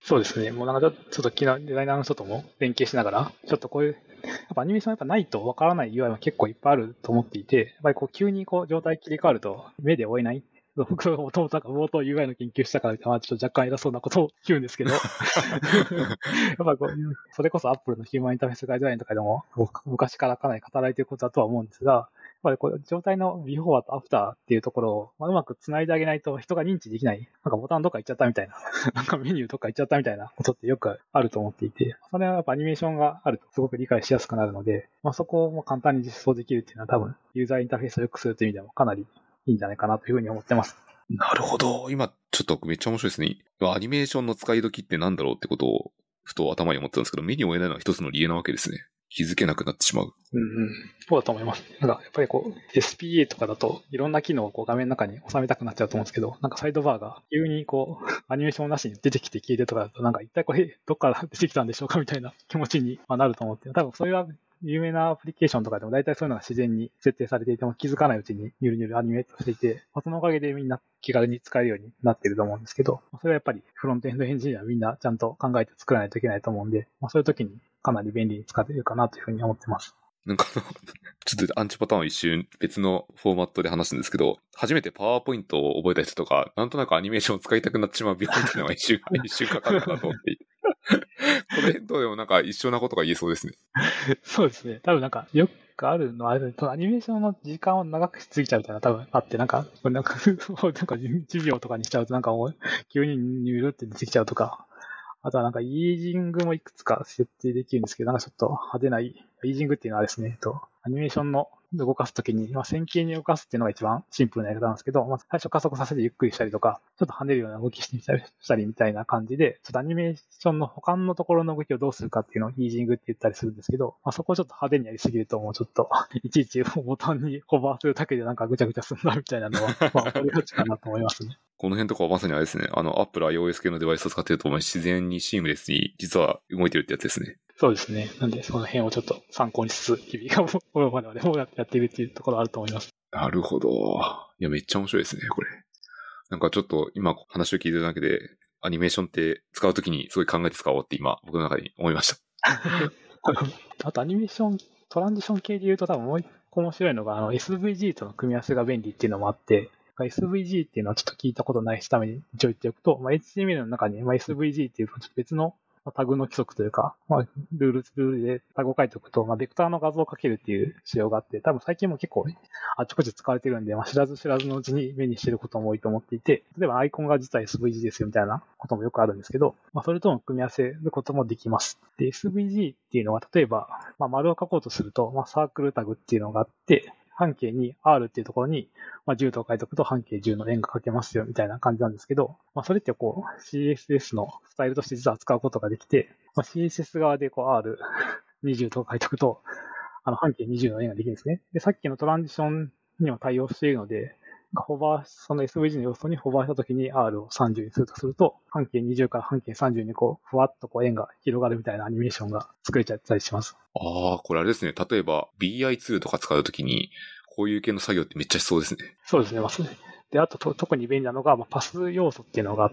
B: そうですね。もうなんかちょちょっと昨日デザイナーの人とも連携しながら、ちょっとこういう、やっぱアニメーションやっぱないとわからない ユーアイ も結構いっぱいあると思っていて、やっぱりこう急にこう状態切り替わると目で追えない。僕はもともと冒頭 ユーアイ の研究したから、まあ、ちょっと若干偉そうなことを言うんですけど、やっぱこうそれこそ Apple のヒューマンインターフェースガイドラインとかでも昔からかなり語られていることだとは思うんですが、やっぱりこう状態のビフォーとアフターっていうところを、まあ、うまく繋いであげないと人が認知できない。なんかボタンどっか行っちゃったみたいな。なんかメニューどっか行っちゃったみたいなことってよくあると思っていて、それはやっぱアニメーションがあるとすごく理解しやすくなるので、まあ、そこをも簡単に実装できるっていうのは多分ユーザーインターフェースを良くするという意味でもかなりいいんじゃないかなというふうに思ってます。
A: なるほど。今、ちょっとめっちゃ面白いですね。アニメーションの使い時ってなんだろうってことを、ふと頭に思ってたんですけど、目に追えないのは一つの理由なわけですね。気づけなくなってしまう。
B: うんうん。そうだと思います。なんか、やっぱりこう、エスピーエー とかだと、いろんな機能をこう画面の中に収めたくなっちゃうと思うんですけど、なんかサイドバーが急にこう、アニメーションなしに出てきて消えてとかだと、なんか一体これ、どっから出てきたんでしょうかみたいな気持ちになると思って、多分それは有名なアプリケーションとかでも大体そういうのが自然に設定されていても気づかないうちにニュルニュルアニメートしていて、そのおかげでみんな気軽に使えるようになっていると思うんですけど、それはやっぱりフロントエンドエンジニアはみんなちゃんと考えて作らないといけないと思うんで、まあ、そういう時にかなり便利に使えるかなというふうに思ってます。
A: なんかあの、ちょっとアンチパターンを一瞬別のフォーマットで話すんですけど、初めてパワーポイントを覚えた人とか、なんとなくアニメーションを使いたくなってしまう病みたいなのが一瞬、一瞬かかるかなと思っていて。この辺とでもなんか一緒なことが言えそうですね。
B: そうですね。多分なんか、よくあるのは、アニメーションの時間を長くしすぎちゃうみたいな多分あって、なんか、なんか、なんかいちびょうとかにしちゃうとなんかもう、急にニュールって出てきちゃうとか、あとはなんか、イージングもいくつか設定できるんですけど、なんかちょっと派手な、イージングっていうのはですね、えっと、アニメーションの動かすときに、まあ、線形に動かすっていうのが一番シンプルなやり方なんですけど、まあ、最初加速させてゆっくりしたりとか、ちょっと跳ねるような動きしてみたりしたりみたいな感じで、ちょっとアニメーションの他のところの動きをどうするかっていうのをイージングって言ったりするんですけど、まあ、そこをちょっと派手にやりすぎるともうちょっと、いちいちボタンにホバーするだけでなんかぐちゃぐちゃすんなみたいなのは、まあ、これがちかなと思いますね。
A: この辺とかはまさにあれですね。あの、Apple iOS 系のデバイスを使ってると、自然にシームレスに実は動いてるってやつですね。
B: そうですね。なんで、その辺をちょっと参考にしつつ、日々が我々でもやっているっていうところあると思います。
A: なるほど。いや、めっちゃ面白いですね、これ。なんかちょっと今話を聞いてるだけで、アニメーションって使うときにすごい考えて使おうって今、僕の中に思いました。
B: あとアニメーション、トランジション系で言うと多分もう一個面白いのが、あの エスブイジー との組み合わせが便利っていうのもあって、エスブイジー っていうのはちょっと聞いたことないために一応言っておくと、まあ、エイチティーエムエル の中に、まあ、エスブイジー っていう別のタグの規則というか、まあ、ルール、ルールでタグを書いておくと、まあ、ベクターの画像をかけるっていう仕様があって、多分最近も結構あちこち使われてるんで、まあ、知らず知らずのうちに目にしてることも多いと思っていて、例えばアイコンが実は エスブイジー ですよみたいなこともよくあるんですけど、まあ、それとも組み合わせることもできます。で、エスブイジー っていうのは、例えば、まあ、丸を書こうとすると、まあ、サークルタグっていうのがあって、半径に R っていうところに、まあ、じゅうと書いておくと半径じゅうの円が書けますよみたいな感じなんですけど、まあ、それってこう シーエスエス のスタイルとして実は使うことができて、まあ、シーエスエス 側でこう アールにじゅう と書いておくと、あの半径にじゅうの円ができるんですね。で、さっきのトランジションにも対応しているので、ホバー、その エスブイジー の要素にホバーしたときに アール をさんじゅうにするとすると、半径にじゅうから半径さんじゅうにこう、ふわっとこう円が広がるみたいなアニメーションが作れちゃったりします。
A: ああ、これあれですね。例えば ビーアイツー とか使うときに、こういう系の作業ってめっちゃしそうですね。
B: そうですね。まあ、で、あとと特に便利なのが、まあ、パス要素っていうのがあって、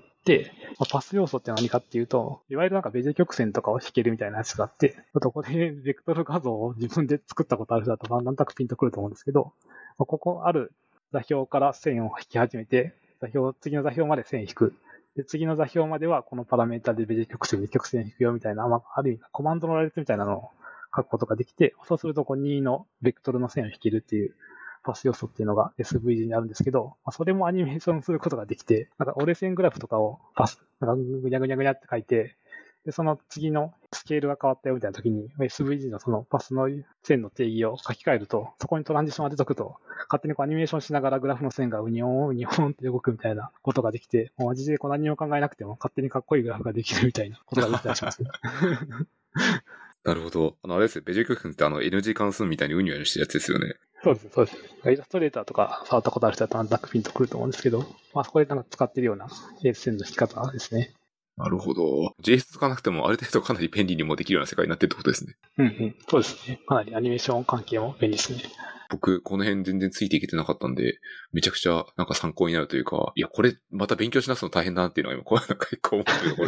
B: まあ、パス要素って何かっていうと、いわゆるなんかベジェ曲線とかを引けるみたいなやつがあって、あとここでベクトル画像を自分で作ったことある人だと、まあ、なんとなくピンとくると思うんですけど、まあ、ここある座標から線を引き始めて、座標、次の座標まで線引く。で、次の座標まではこのパラメータでベジェ曲線で曲線引くよみたいな、まあ、ある意味コマンドの羅列みたいなのを書くことができて、そうするとこうにのベクトルの線を引けるっていうパス要素っていうのが エスブイジー にあるんですけど、まあ、それもアニメーションすることができて、なんか折れ線グラフとかをパス、なんかぐにゃぐにゃぐにゃって書いて、で、その次のスケールが変わったよみたいな時に エスブイジー のそのパスの線の定義を書き換えると、そこにトランジションが出てくると、勝手にこうアニメーションしながらグラフの線がウニョンウニョンって動くみたいなことができて、もうマジでこう何も考えなくても勝手にかっこいいグラフができるみたいなことができたりしますね。
A: なるほど。あの、あれですよ。ベジェ曲線ってあの エヌジー 関数みたいにウニュウニュしてるやつですよね。
B: そうです、そうです。イラストレーターとか触ったことある人はなんとなくピンとくると思うんですけど、まあそこでなんか使ってるようなエース線の引き方ですね。
A: なるほど。ジェイエス 使わなくてもある程度かなり便利にもできるような世界になってるってことですね。
B: うんうん。そうですね。かなりアニメーション関係も便利ですね。
A: 僕、この辺全然ついていけてなかったんで、めちゃくちゃなんか参考になるというか、いや、これまた勉強しなすの大変だなっていうのが今、こうなんか結構思ってるところです。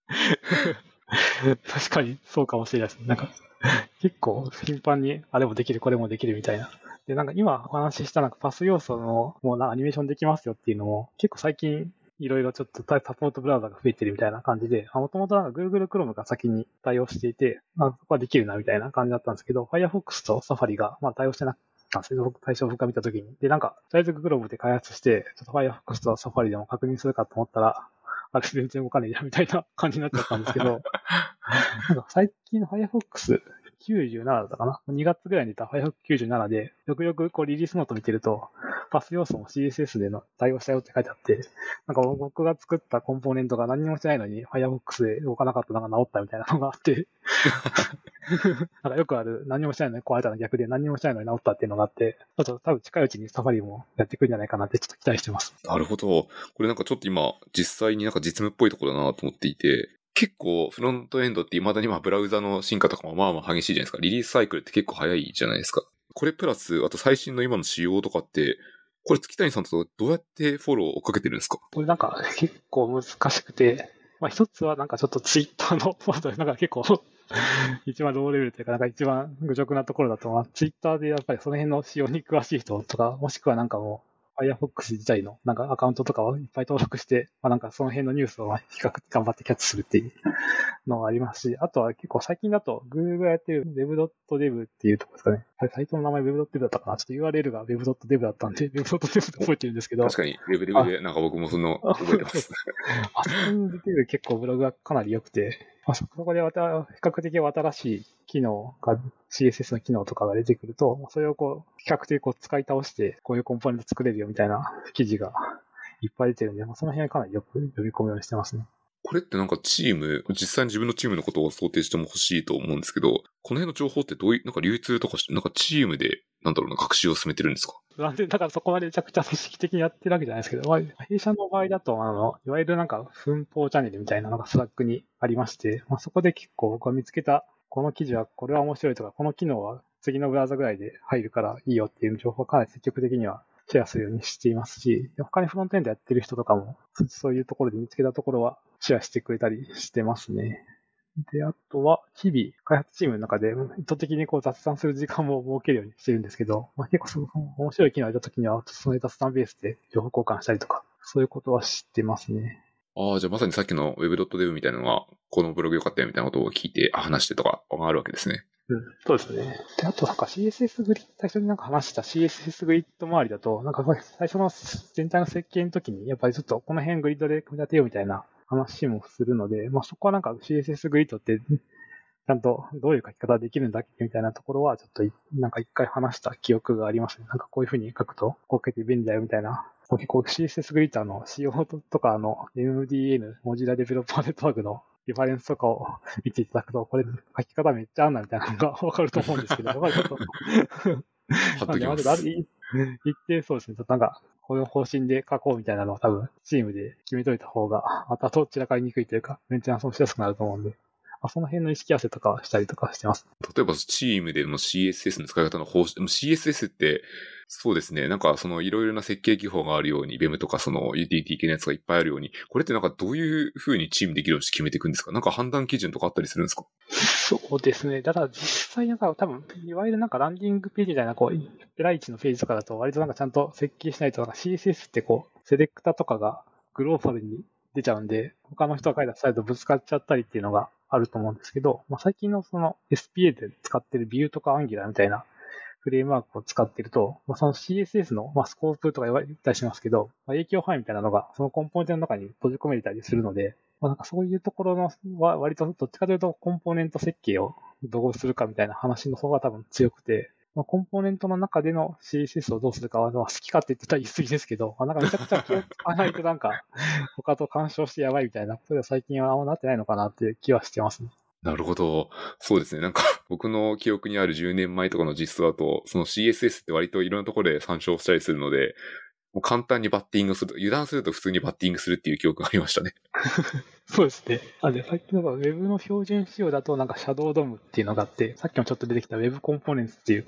B: 確かにそうかもしれないですね。なんか、結構頻繁にあれもできる、これもできるみたいな。で、なんか今お話ししたなんかパス要素のもうなアニメーションできますよっていうのも結構最近いろいろちょっとサポートブラウザが増えてるみたいな感じで、もともと Google Chrome が先に対応していて、まあ、そこはできるなみたいな感じだったんですけど、Firefox と Safari がまあ対応してなかったんですけど、最初僕が見たときに。で、なんか、とりあえず Chrome で開発して、ちょっと Firefox と Safari でも確認するかと思ったら、あれ全然動かねえやみたいな感じになっちゃったんですけど、なんか最近の Firefox きゅうじゅうななだったかな ?に 月ぐらいに出た Firefox きゅうじゅうななで、よくよくこうリリースノート見てると、パス要素も シーエスエス での対応したよって書いてあって、なんか僕が作ったコンポーネントが何にもしてないのに Firefox で動かなかったのが治ったみたいなのがあって、なんかよくある何もしてないのに壊れたの逆で何にもしてないのに治ったっていうのがあって、ちょっと多分近いうちに Safari もやってくるんじゃないかなってちょっと期待してます。
A: なるほど。これなんかちょっと今、実際になんか実務っぽいところだなと思っていて、結構フロントエンドって未だにまあブラウザの進化とかもまあまあ激しいじゃないですか。リリースサイクルって結構早いじゃないですか。これプラス、あと最新の今の仕様とかって、これ月谷さんとどうやってフォローをかけてるんですか？
B: これなんか結構難しくて、まあ一つはなんかちょっとツイッターのフォローなんか結構一番ローレベルというか、なんか一番愚直なところだと、まあ、ツイッターでやっぱりその辺の仕様に詳しい人とか、もしくはなんかもう、Firefox 自体のなんかアカウントとかをいっぱい登録して、まあ、なんかその辺のニュースを比較的頑張ってキャッチするっていうのがありますし、あとは結構最近だと Google がやってる web.dev っていうところですかね。あれサイトの名前 web.dev だったかな。ちょっと ユーアールエル が web.dev だったんで、web.dev って覚えてるんですけど。
A: 確かに Web でなんか僕もその覚えてます。
B: あそこに出てる結構ブログがかなり良くて、まあ、そこでまた比較的新しい機能が シーエスエス の機能とかが出てくると、それをこう比較的こう使い倒してこういうコンポーネント作れるよみたいな記事がいっぱい出てるんで、まあ、その辺はかなりよく読み込むようにしてますね。
A: これってなんかチーム、実際に自分のチームのことを想定しても欲しいと思うんですけど、この辺の情報ってどういう、なんか流通とかして、なんかチームで、なんだろうな、学習を進めてるんですか？
B: なんで、だからそこまでめちゃくちゃ組織的にやってるわけじゃないですけど、まあ、弊社の場合だと、あの、いわゆるなんか奮法チャンネルみたいなのがスラックにありまして、まあ、そこで結構僕が見つけた、この記事はこれは面白いとか、この機能は次のブラウザぐらいで入るからいいよっていう情報をかなり積極的にはシェアするようにしていますし、他にフロントエンドやってる人とかも、そういうところで見つけたところはシェアしてくれたりしてますね。で、あとは、日々、開発チームの中で、意図的にこう雑談する時間も設けるようにしてるんですけど、まあ、結構その面白い機能が出た時には、その雑談ベースで情報交換したりとか、そういうことは知ってますね。
A: ああ、じゃあまさにさっきの web.dev みたいなのが、このブログ良かったよみたいなことを聞いて、話してとかがあるわけですね。
B: うん、そうですね。で、あとなんか シーエスエス グリッド、最初になんか話した シーエスエス グリッド周りだと、なんか最初の全体の設計の時に、やっぱりちょっとこの辺グリッドで組み立てようみたいな話もするので、まあそこはなんか シーエスエス グリッドって、ちゃんとどういう書き方できるんだっけみたいなところは、ちょっとなんか一回話した記憶がありますね。なんかこういうふうに書くと、こう書けて便利だよみたいな。結構 シーエスエス グリッドの仕様とかの エムディーエヌ、モジュラデベロッパーネットワークのリファレンスとかを見ていただくと、これ書き方めっちゃあんなみたいなのがわかると思うんですけど、やっぱりちょっと
A: 貼っときます。
B: なんで一定そうですね、ちょっとなんか、この方針で書こうみたいなのを多分、チームで決めといた方が、またどちらかりにくいというか、メンテナンスもしやすくなると思うんで、まあ、その辺の意識合わせとかしたりとかしてます。
A: 例えばチームでの シーエスエス の使い方の方針、シーエスエス って、そうですね、なんかそのいろいろな設計技法があるように、ビーエム とかその ユーティリティ 系のやつがいっぱいあるように、これってなんかどういう風にチームで議論して決めていくんですか？なんか判断基準とかあったりするんですか？
B: そうですね。だから実際なんか多分、いわゆるなんかランディングページみたいな、こう、ペライチのページとかだと割となんかちゃんと設計しないと、なんか シーエスエス ってこう、セレクタとかがグローバルに出ちゃうんで、他の人が書いたスタイルとぶつかっちゃったりっていうのがあると思うんですけど、まあ、最近のその エスピーエー で使ってる Vue とか Angular みたいなフレームワークを使ってると、まあ、その シーエスエス の、まあ、スコープとか言われたりしますけど、まあ、影響範囲みたいなのがそのコンポーネントの中に閉じ込めれたりするので、まあ、なんかそういうところのは割とどっちかというとコンポーネント設計をどうするかみたいな話の方が多分強くて、まあ、コンポーネントの中での シーエスエス をどうするかは、まあ、好き勝手って言ったら言い過ぎですけど、まあ、なんかめちゃくちゃ気を使わないとなんか他と干渉してやばいみたいなことでは最近はあんまなってないのかなっていう気はしてますね。
A: なるほど。そうですね。なんか、僕の記憶にあるじゅうねんまえとかの実装だと、その シーエスエス って割といろんなところで参照したりするので、もう簡単にバッティングすると、油断すると普通にバッティングするっていう記憶がありましたね。
B: そうですね。あで、最近の Web の標準仕様だと、なんか Shadow ドームっていうのがあって、さっきもちょっと出てきた Web コンポーネンツっていう、こう、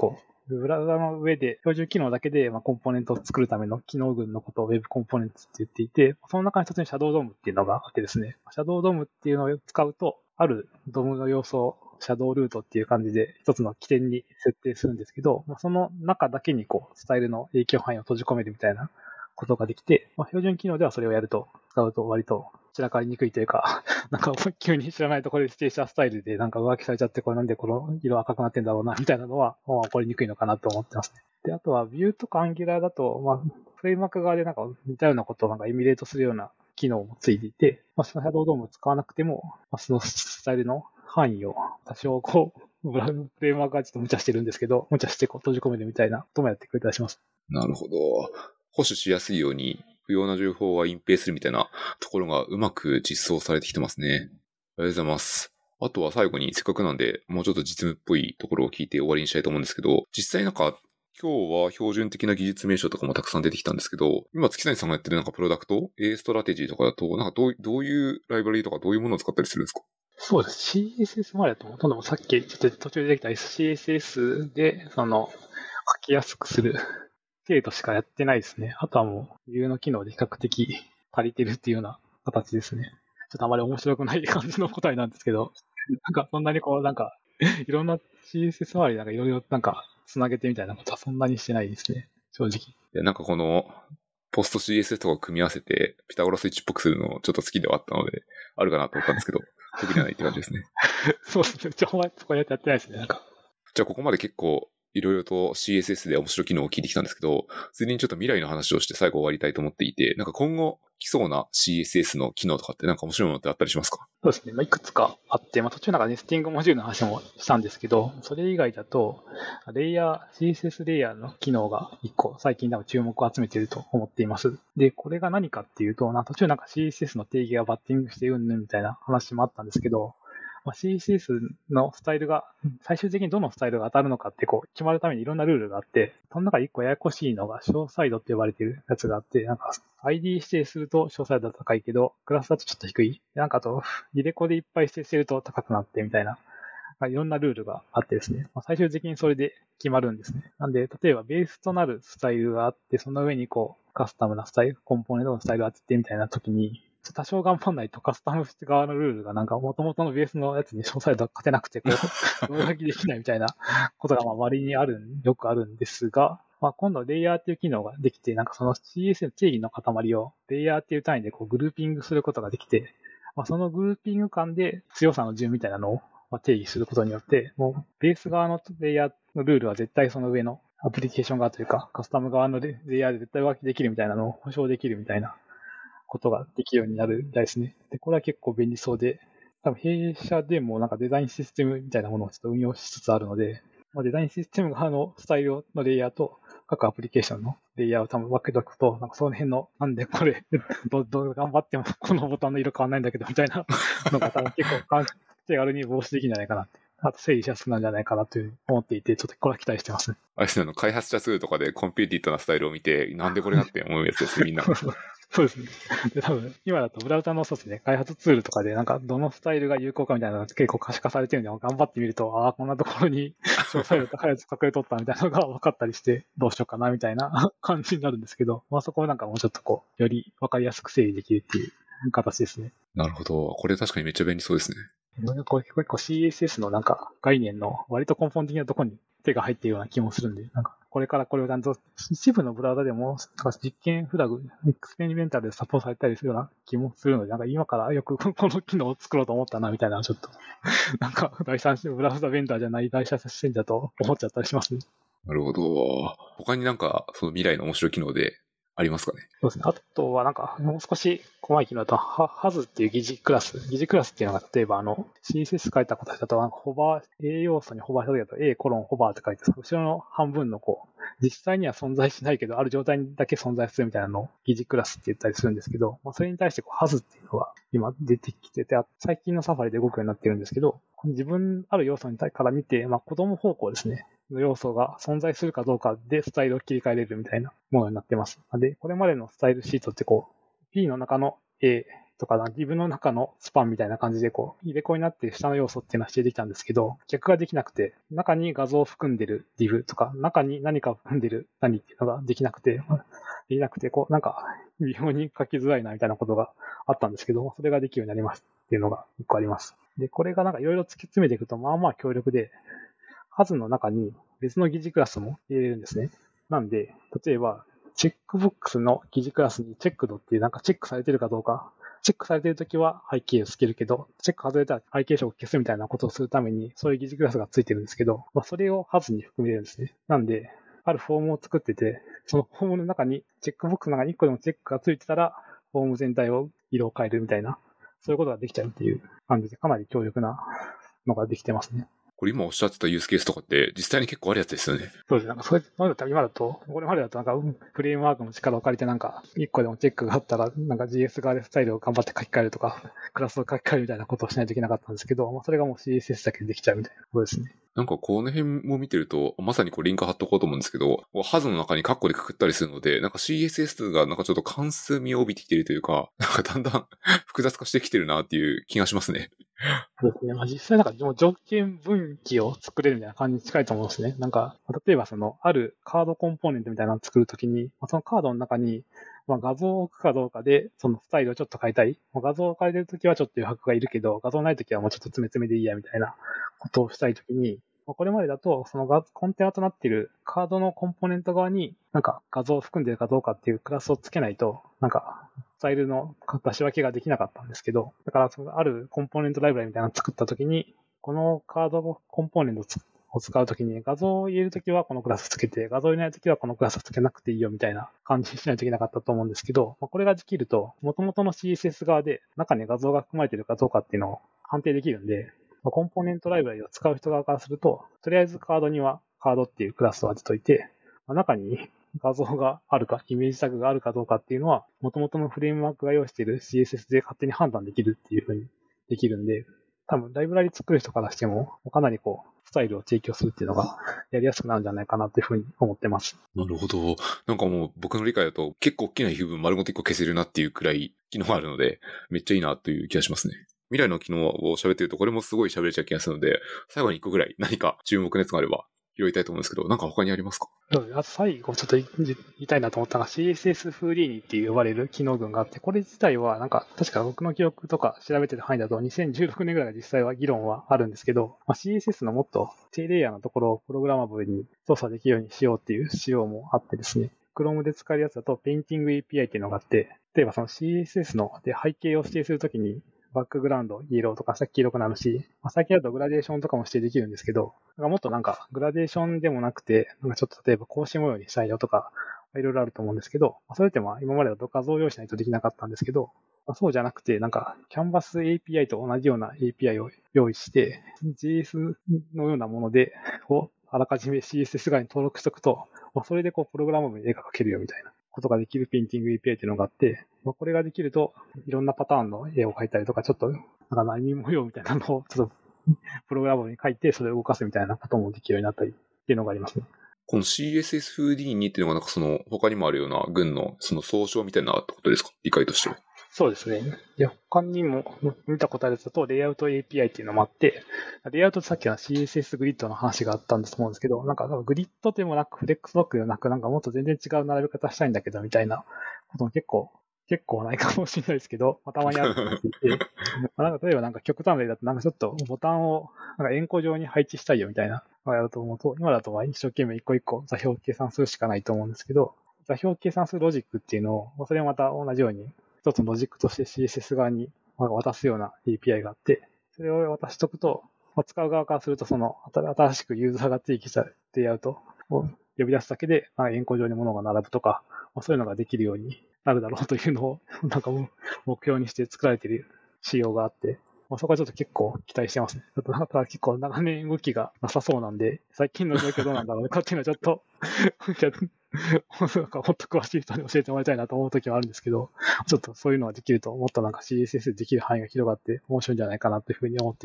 B: ブラウザの上で、標準機能だけで、まあ、コンポーネントを作るための機能群のことを Web コンポーネントって言っていて、その中に一つに Shadow ドームっていうのがあってですね、Shadow ドームっていうのを使うと、あるドームの要素を Shadow ルートっていう感じで一つの起点に設定するんですけど、まあ、その中だけにこう、スタイルの影響範囲を閉じ込めるみたいなことができて、まあ、標準機能ではそれをやると、使うと割と散らかりにくいというか、なんか急に知らないところで指定したスタイルでなんか浮気されちゃって、これなんでこの色赤くなってんだろうな、みたいなのは、まあ、起こりにくいのかなと思ってますね。で、あとは Vue とか Angular だと、まあ、フレームワーク側でなんか似たようなことをなんかエミュレートするような機能もついていて、まあ、その Shadow ドームを使わなくても、まあ、そのスタイルの範囲を多少こう、フレームワークがちょっと無茶してるんですけど、無茶してこう閉じ込めるみたいなこともやってくれたりします。
A: なるほど。保守しやすいように、不要な情報は隠蔽するみたいなところがうまく実装されてきてますね。ありがとうございます。あとは最後にせっかくなんで、もうちょっと実務っぽいところを聞いて終わりにしたいと思うんですけど、実際なんか今日は標準的な技術名称とかもたくさん出てきたんですけど、今月谷さんがやってるなんかプロダクト、A ストラテジーとかだと、なんかどうどういうライブラリとかどういうものを使ったりするんですか？
B: そうです。シーエスエス 周りだと、ほとんどさっきちょっと途中でできた エスシーエスエス で、その、書きやすくする程度しかやってないですね。あとはもう、Vue の機能で比較的足りてるっていうような形ですね。ちょっとあまり面白くない感じの答えなんですけど、なんかそんなにこう、なんか、いろんな シーエスエス 周りなんかいろいろなんか、つなげてみたいなことはそんなにしてないですね。正直。い
A: や、なんかこの、ポスト シーエスエス とかを組み合わせて、ピタゴラスイッチっぽくするのをちょっと好きではあったので、あるかなと思ったんですけど、特にはないって感じですね。
B: そうですね。ちょ、そこやってやってないですね。なんか。
A: じゃあここまで結構、いろいろと シーエスエス で面白い機能を聞いてきたんですけど、ついでにちょっと未来の話をして最後終わりたいと思っていて、なんか今後来そうな シーエスエス の機能とかってなんか面白いものってあったりしますか？
B: そうですね。まあ、いくつかあって、まあ、途中なんかネスティングモジュールの話もしたんですけど、それ以外だと、レイヤー、シーエスエス レイヤーの機能が一個最近多分注目を集めていると思っています。で、これが何かっていうと、途中なんか シーエスエス の定義がバッティングしてうんぬんみたいな話もあったんですけど、まあ、シーエスエス のスタイルが、最終的にどのスタイルが当たるのかってこう決まるためにいろんなルールがあって、その中で一個ややこしいのが、詳細度って呼ばれているやつがあって、なんか アイディー 指定すると詳細度が高いけど、クラスだとちょっと低い。なんかあと、リレコでいっぱい指定してると高くなってみたいな、いろんなルールがあってですね、まあ、最終的にそれで決まるんですね。なんで、例えばベースとなるスタイルがあって、その上にこう、カスタムなスタイル、コンポーネントのスタイルを当ててみたいな時に、多少頑張んないとカスタム側のルールがなんか元々のベースのやつに詳細度が勝てなくて、こう、上書きできないみたいなことがまあ割にある、よくあるんですが、まあ、今度レイヤーっていう機能ができて、なんかその シーエスエス の定義の塊をレイヤーっていう単位でこうグルーピングすることができて、まあ、そのグルーピング間で強さの順みたいなのを定義することによって、もうベース側のレイヤーのルールは絶対その上のアプリケーション側というか、カスタム側のレイヤーで絶対上書きできるみたいなのを保証できるみたいなことができるようになるみたいですね。で、これは結構便利そうで、多分弊社でもなんかデザインシステムみたいなものをちょっと運用しつつあるので、まあ、デザインシステム側のスタイルのレイヤーと各アプリケーションのレイヤーを多分分けておくと、なんかその辺の、なんでこれ、ど、ど、頑張ってもこのボタンの色変わんないんだけどみたいなのが多分結構手軽に防止できるんじゃないかなって。あと整理しやすくなるんじゃないかなという思っていて、ちょっとこれは期待してますね。
A: あれですね、あの、開発者ツールとかでコンピューティッドなスタイルを見て、なんでこれなって思うやつですね、みんな。
B: そうですね。で、多分、今だとブラウザのそうですね、開発ツールとかで、なんか、どのスタイルが有効かみたいなのが結構可視化されてるんで、頑張ってみると、ああ、こんなところに詳細度高いやつ隠れとったみたいなのが分かったりして、どうしようかなみたいな感じになるんですけど、まあそこをなんかもうちょっとこう、より分かりやすく整理できるっていう形ですね。
A: なるほど。これ確かにめっちゃ便利そうですね。
B: これ結構 シーエスエス のなんか概念の割と根本的なところに手が入っているような気もするんで、なんかこれからこれをちゃんと一部のブラウザでも実験フラグ、エクスペリメンタルでサポートされたりするような気もするので、なんか今からよくこの機能を作ろうと思ったなみたいな、ちょっと、なんか第三者、ブラウザベンダーじゃない第三者視点だと思っちゃったりしますね。
A: なるほど。他になんかその未来の面白い機能でありますかね？
B: そうですね。あとはなんか、もう少し細い機能だと、ハズっていう疑似クラス。疑似クラスっていうのが、例えばあの、シーエスエス 書いた形だと、なんかホバー、A 要素にホバーした時だと A コロンホバーって書いて、後ろの半分のこう、実際には存在しないけど、ある状態にだけ存在するみたいなのを疑似クラスって言ったりするんですけど、まあ、それに対してこう、ハズっていうのが今出てきてて、最近のサファリで動くようになってるんですけど、自分ある要素に対から見て、まあ、子供方向ですね。の要素が存在するかどうかでスタイルを切り替えれるみたいなものになってます。で、これまでのスタイルシートってこう、P の中の A、 とか、リブの中のスパンみたいな感じで、こう、入れ子になっている下の要素っていうのは指定できたんですけど、逆ができなくて、中に画像を含んでるリブとか、中に何かを含んでる何っていうのができなくて、できなくて、こう、なんか、微妙に書きづらいなみたいなことがあったんですけど、それができるようになりますっていうのが一個あります。で、これがなんかいろいろ突き詰めていくと、まあまあ強力で、数の中に別の疑似クラスも入れれるんですね。なんで、例えば、チェックボックスの疑似クラスにチェックドっていうなんかチェックされてるかどうか、チェックされてるときは背景をつけるけど、チェック外れたら背景色を消すみたいなことをするために、そういう疑似クラスがついてるんですけど、まあ、それを数に含めれるんですね。なんで、あるフォームを作ってて、そのフォームの中に、チェックボックスの中にいっこでもチェックがついてたら、フォーム全体を色を変えるみたいな、そういうことができちゃうっていう感じで、かなり強力なのができてますね。
A: これ今おっしゃってたユースケースとかって実際に結構あるやつですよね。
B: そうですね。なんかそれ、今だと、今だと、これまでだとなんか、フレームワークの力を借りてなんか、いっこでもチェックがあったら、なんか ジーエス 側でスタイルを頑張って書き換えるとか、クラスを書き換えるみたいなことをしないといけなかったんですけど、まあ、それがもう シーエスエス だけでできちゃうみたいなことですね。
A: なんかこの辺も見てると、まさにこうリンク貼っとこうと思うんですけど、ハズの中にカッコでくくったりするので、なんか シーエスエス がなんかちょっと関数味を帯びてきてるというか、なんかだんだん複雑化してきてるなっていう気がしますね。
B: そうですね。まあ、実際なんかもう条件分岐を作れるみたいな感じに近いと思うんですね。なんか、例えばその、あるカードコンポーネントみたいなのを作るときに、そのカードの中に、まあ、画像を置くかどうかで、そのスタイルをちょっと変えたい。画像を変えてるときはちょっと余白がいるけど、画像ないときはもうちょっと詰め詰めでいいやみたいなことをしたいときに、これまでだと、そのコンテナとなっているカードのコンポーネント側に、なんか画像を含んでいるかどうかっていうクラスをつけないと、なんか、スタイルの出し分けができなかったんですけど、だからそのあるコンポーネントライブラリみたいなのを作ったときに、このカードコンポーネントを使うときに画像を入れるときはこのクラスつけて、画像を入れないときはこのクラスつけなくていいよみたいな感じにしないといけなかったと思うんですけど、これができると、元々の シーエスエス 側で中に画像が含まれているかどうかっていうのを判定できるんで、コンポーネントライブラリを使う人側からすると、とりあえずカードにはカードっていうクラスを当てといて、中に画像があるか、イメージタグがあるかどうかっていうのは、元々のフレームワークが用意している シーエスエス で勝手に判断できるっていう風にできるんで、多分ライブラリ作る人からしても、かなりこう、スタイルを提供するっていうのがやりやすくなるんじゃないかなというふうに思ってます。
A: なるほど。なんかもう僕の理解だと結構大きな部分丸ごといっこ消せるなっていうくらい機能があるので、めっちゃいいなという気がしますね。未来の機能を喋ってるとこれもすごい喋れちゃう気がするので、最後にいっこぐらい何か注目のやつがあれば拾いたいと思うんですけど、なんか他にありますか？
B: そうあと最後ちょっと言いたいなと思ったのが シーエスエス フーディーニって呼ばれる機能群があって、これ自体はなんか確か僕の記憶とか調べてる範囲だとにせんじゅうろくねんぐらいが実際は議論はあるんですけど、まあ、シーエスエス のもっと低レイヤーのところをプログラマブルに操作できるようにしようっていう仕様もあってですね、Chrome で使えるやつだとペインティング エーピーアイ っていうのがあって、例えばその シーエスエス ので背景を指定するときにバックグラウンド、イエローとかさっき黄色くなるし、まあ、最近だとグラデーションとかも指定できるんですけど、なんかもっとなんかグラデーションでもなくて、なんかちょっと例えば格子模様にしたいよとか、いろいろあると思うんですけど、それってまあ今までだと画像を用意しないとできなかったんですけど、まあ、そうじゃなくて、なんか Canvas エーピーアイ と同じような エーピーアイ を用意して、ジェイエス のようなもので、をあらかじめ シーエスエス 側に登録しておくと、それでこうプログラムに絵が描けるよみたいなことができるペインティング エーピーアイ っていうのがあって、これができると、いろんなパターンの絵を描いたりとか、ちょっと、なんか波模様みたいなのを、ちょっと、プログラムに書いて、それを動かすみたいなこともできるようになったりっていうのがありますね。
A: この シーエスエス フーディーニっていうのがなんかその、他にもあるような群のその総称みたいなってことですか？理解としては。
B: そうですね。で、他にも見たことあるやつだと、レイアウト エーピーアイ っていうのもあって、レイアウトってさっきの シーエスエス グリッドの話があったんですと思うんですけど、なんかグリッドでもなく、フレックスブロックでもなく、なんかもっと全然違う並べ方したいんだけど、みたいなことも結構、結構ないかもしれないですけど、まあ、たまにあると思っていて、まあ、なんか例えばなんか極端例だと、なんかちょっとボタンをなんか円弧状に配置したいよみたいなのをやると思うと、今だとまあ一生懸命一個一個座標を計算するしかないと思うんですけど、座標を計算するロジックっていうのを、それをまた同じように、一つのロジックとして シーエスエス 側に渡すような エーピーアイ があって、それを渡しとくと、使う側からすると、その新しくユーザーが定義したレイアウトを呼び出すだけで、円弧状に物が並ぶとか、そういうのができるようになるだろうというのを、なんか目標にして作られている仕様があって、そこはちょっと結構期待してますね。ただ結構長年動きがなさそうなんで、最近の状況どうなんだろうかっていうのはちょっと、なんかもっと詳しい人に教えてもらいたいなと思うときはあるんですけど、ちょっとそういうのができると、もっとなんか シーエスエス でできる範囲が広がって面白いんじゃないかなというふうに思っています。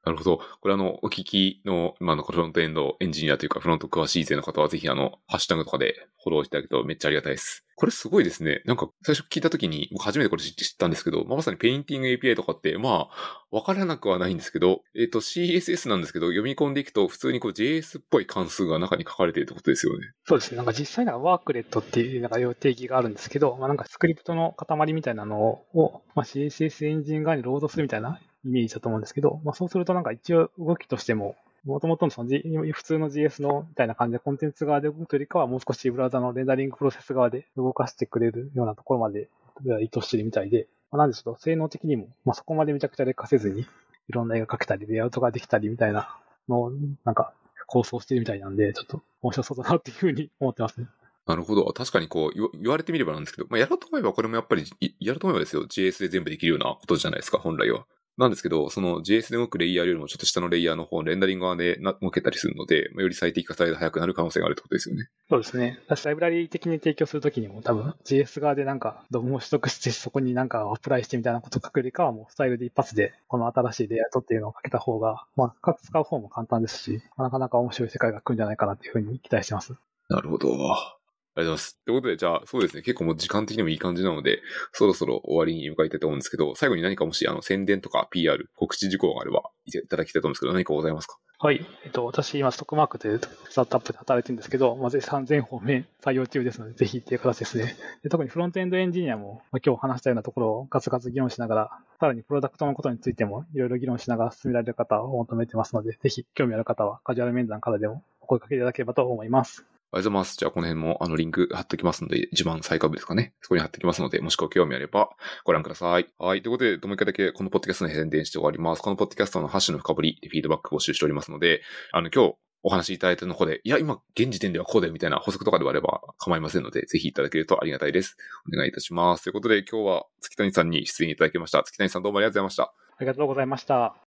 A: なるほど。これあの、お聞きの、今のフロントエンドエンジニアというか、フロント詳しい勢の方はぜひあの、ハッシュタグとかでフォローしていただけるとめっちゃありがたいです。これすごいですね。なんか、最初聞いたときに、僕初めてこれ知ったんですけど、まあ、まさにペインティング エーピーアイ とかって、まあ、わからなくはないんですけど、えっと、シーエスエス なんですけど、読み込んでいくと、普通にこう ジェイエス っぽい関数が中に書かれているってことですよね。
B: そうですね。なんか実際にはワークレットっていうなんか定義があるんですけど、まあ、なんかスクリプトの塊みたいなのを、まあ、シーエスエス エンジン側にロードするみたいなイメージだと思うんですけど、まあ、そうするとなんか一応動きとしても、もともとのその、G、普通の ジーエス のみたいな感じでコンテンツ側で動くというよりかは、もう少しブラウザのレンダリングプロセス側で動かしてくれるようなところまで意図してるみたいで、まあ、なんでちょっと性能的にも、まあ、そこまでめちゃくちゃ劣化せずに、いろんな絵が描けたり、レイアウトができたりみたいなのを、なんか構想してるみたいなんで、ちょっと面白そうだなっていうふうに思ってますね。
A: なるほど。確かにこう言、言われてみればなんですけど、まあ、やろうと思えばこれもやっぱり、やろうと思えばですよ、ジェイエス で全部できるようなことじゃないですか、本来は。なんですけど、その ジェイエス で動くレイヤーよりもちょっと下のレイヤーの方、レンダリング側で動けたりするので、より最適化されて早くなる可能性があるってことですよね。
B: そうですね。私、ライブラリ的に提供するときにも多分 ジェイエス 側でなんかドムを取得してそこになんかアプライしてみたいなことを書くよりかはもうスタイルで一発でこの新しいレイアウトっていうのを書けた方が、まあ、使う方も簡単ですし、なかなか面白い世界が来るんじゃないかなっていうふうに期待してます。
A: なるほど。ありがとうございます。ということで、じゃあ、そうですね。結構もう時間的にもいい感じなので、そろそろ終わりに向かいたいと思うんですけど、最後に何かもし、あの、宣伝とか ピーアール、告知事項があれば、いただきたいと思うんですけど、何かございますか？
B: はい。えっと、私、今、ストックマークというスタートアップで働いてるんですけど、まあ、絶賛全方面採用中ですので、ぜひっていう形ですね。で特にフロントエンドエンジニアも、まあ、今日話したようなところをガツガツ議論しながら、さらにプロダクトのことについてもいろいろ議論しながら進められる方を求めてますので、ぜひ興味ある方はカジュアル面談からでもお声かけいただければと思います。
A: ありがとうございます。じゃあ、この辺も、あの、リンク貼っておきますので、一番最下部ですかね。そこに貼っておきますので、もしご興味あれば、ご覧ください。はい。ということで、もう一回だけ、このポッドキャストの宣伝して終わります。このポッドキャストのハッシュの深掘りでフィードバック募集しておりますので、あの、今日、お話しいただいたの方で、いや、今、現時点ではこうだよみたいな補足とかであれば構いませんので、ぜひいただけるとありがたいです。お願いいたします。ということで、今日は月谷さんに出演いただきました。月谷さんどうもありがとうございました。
B: ありがとうございました。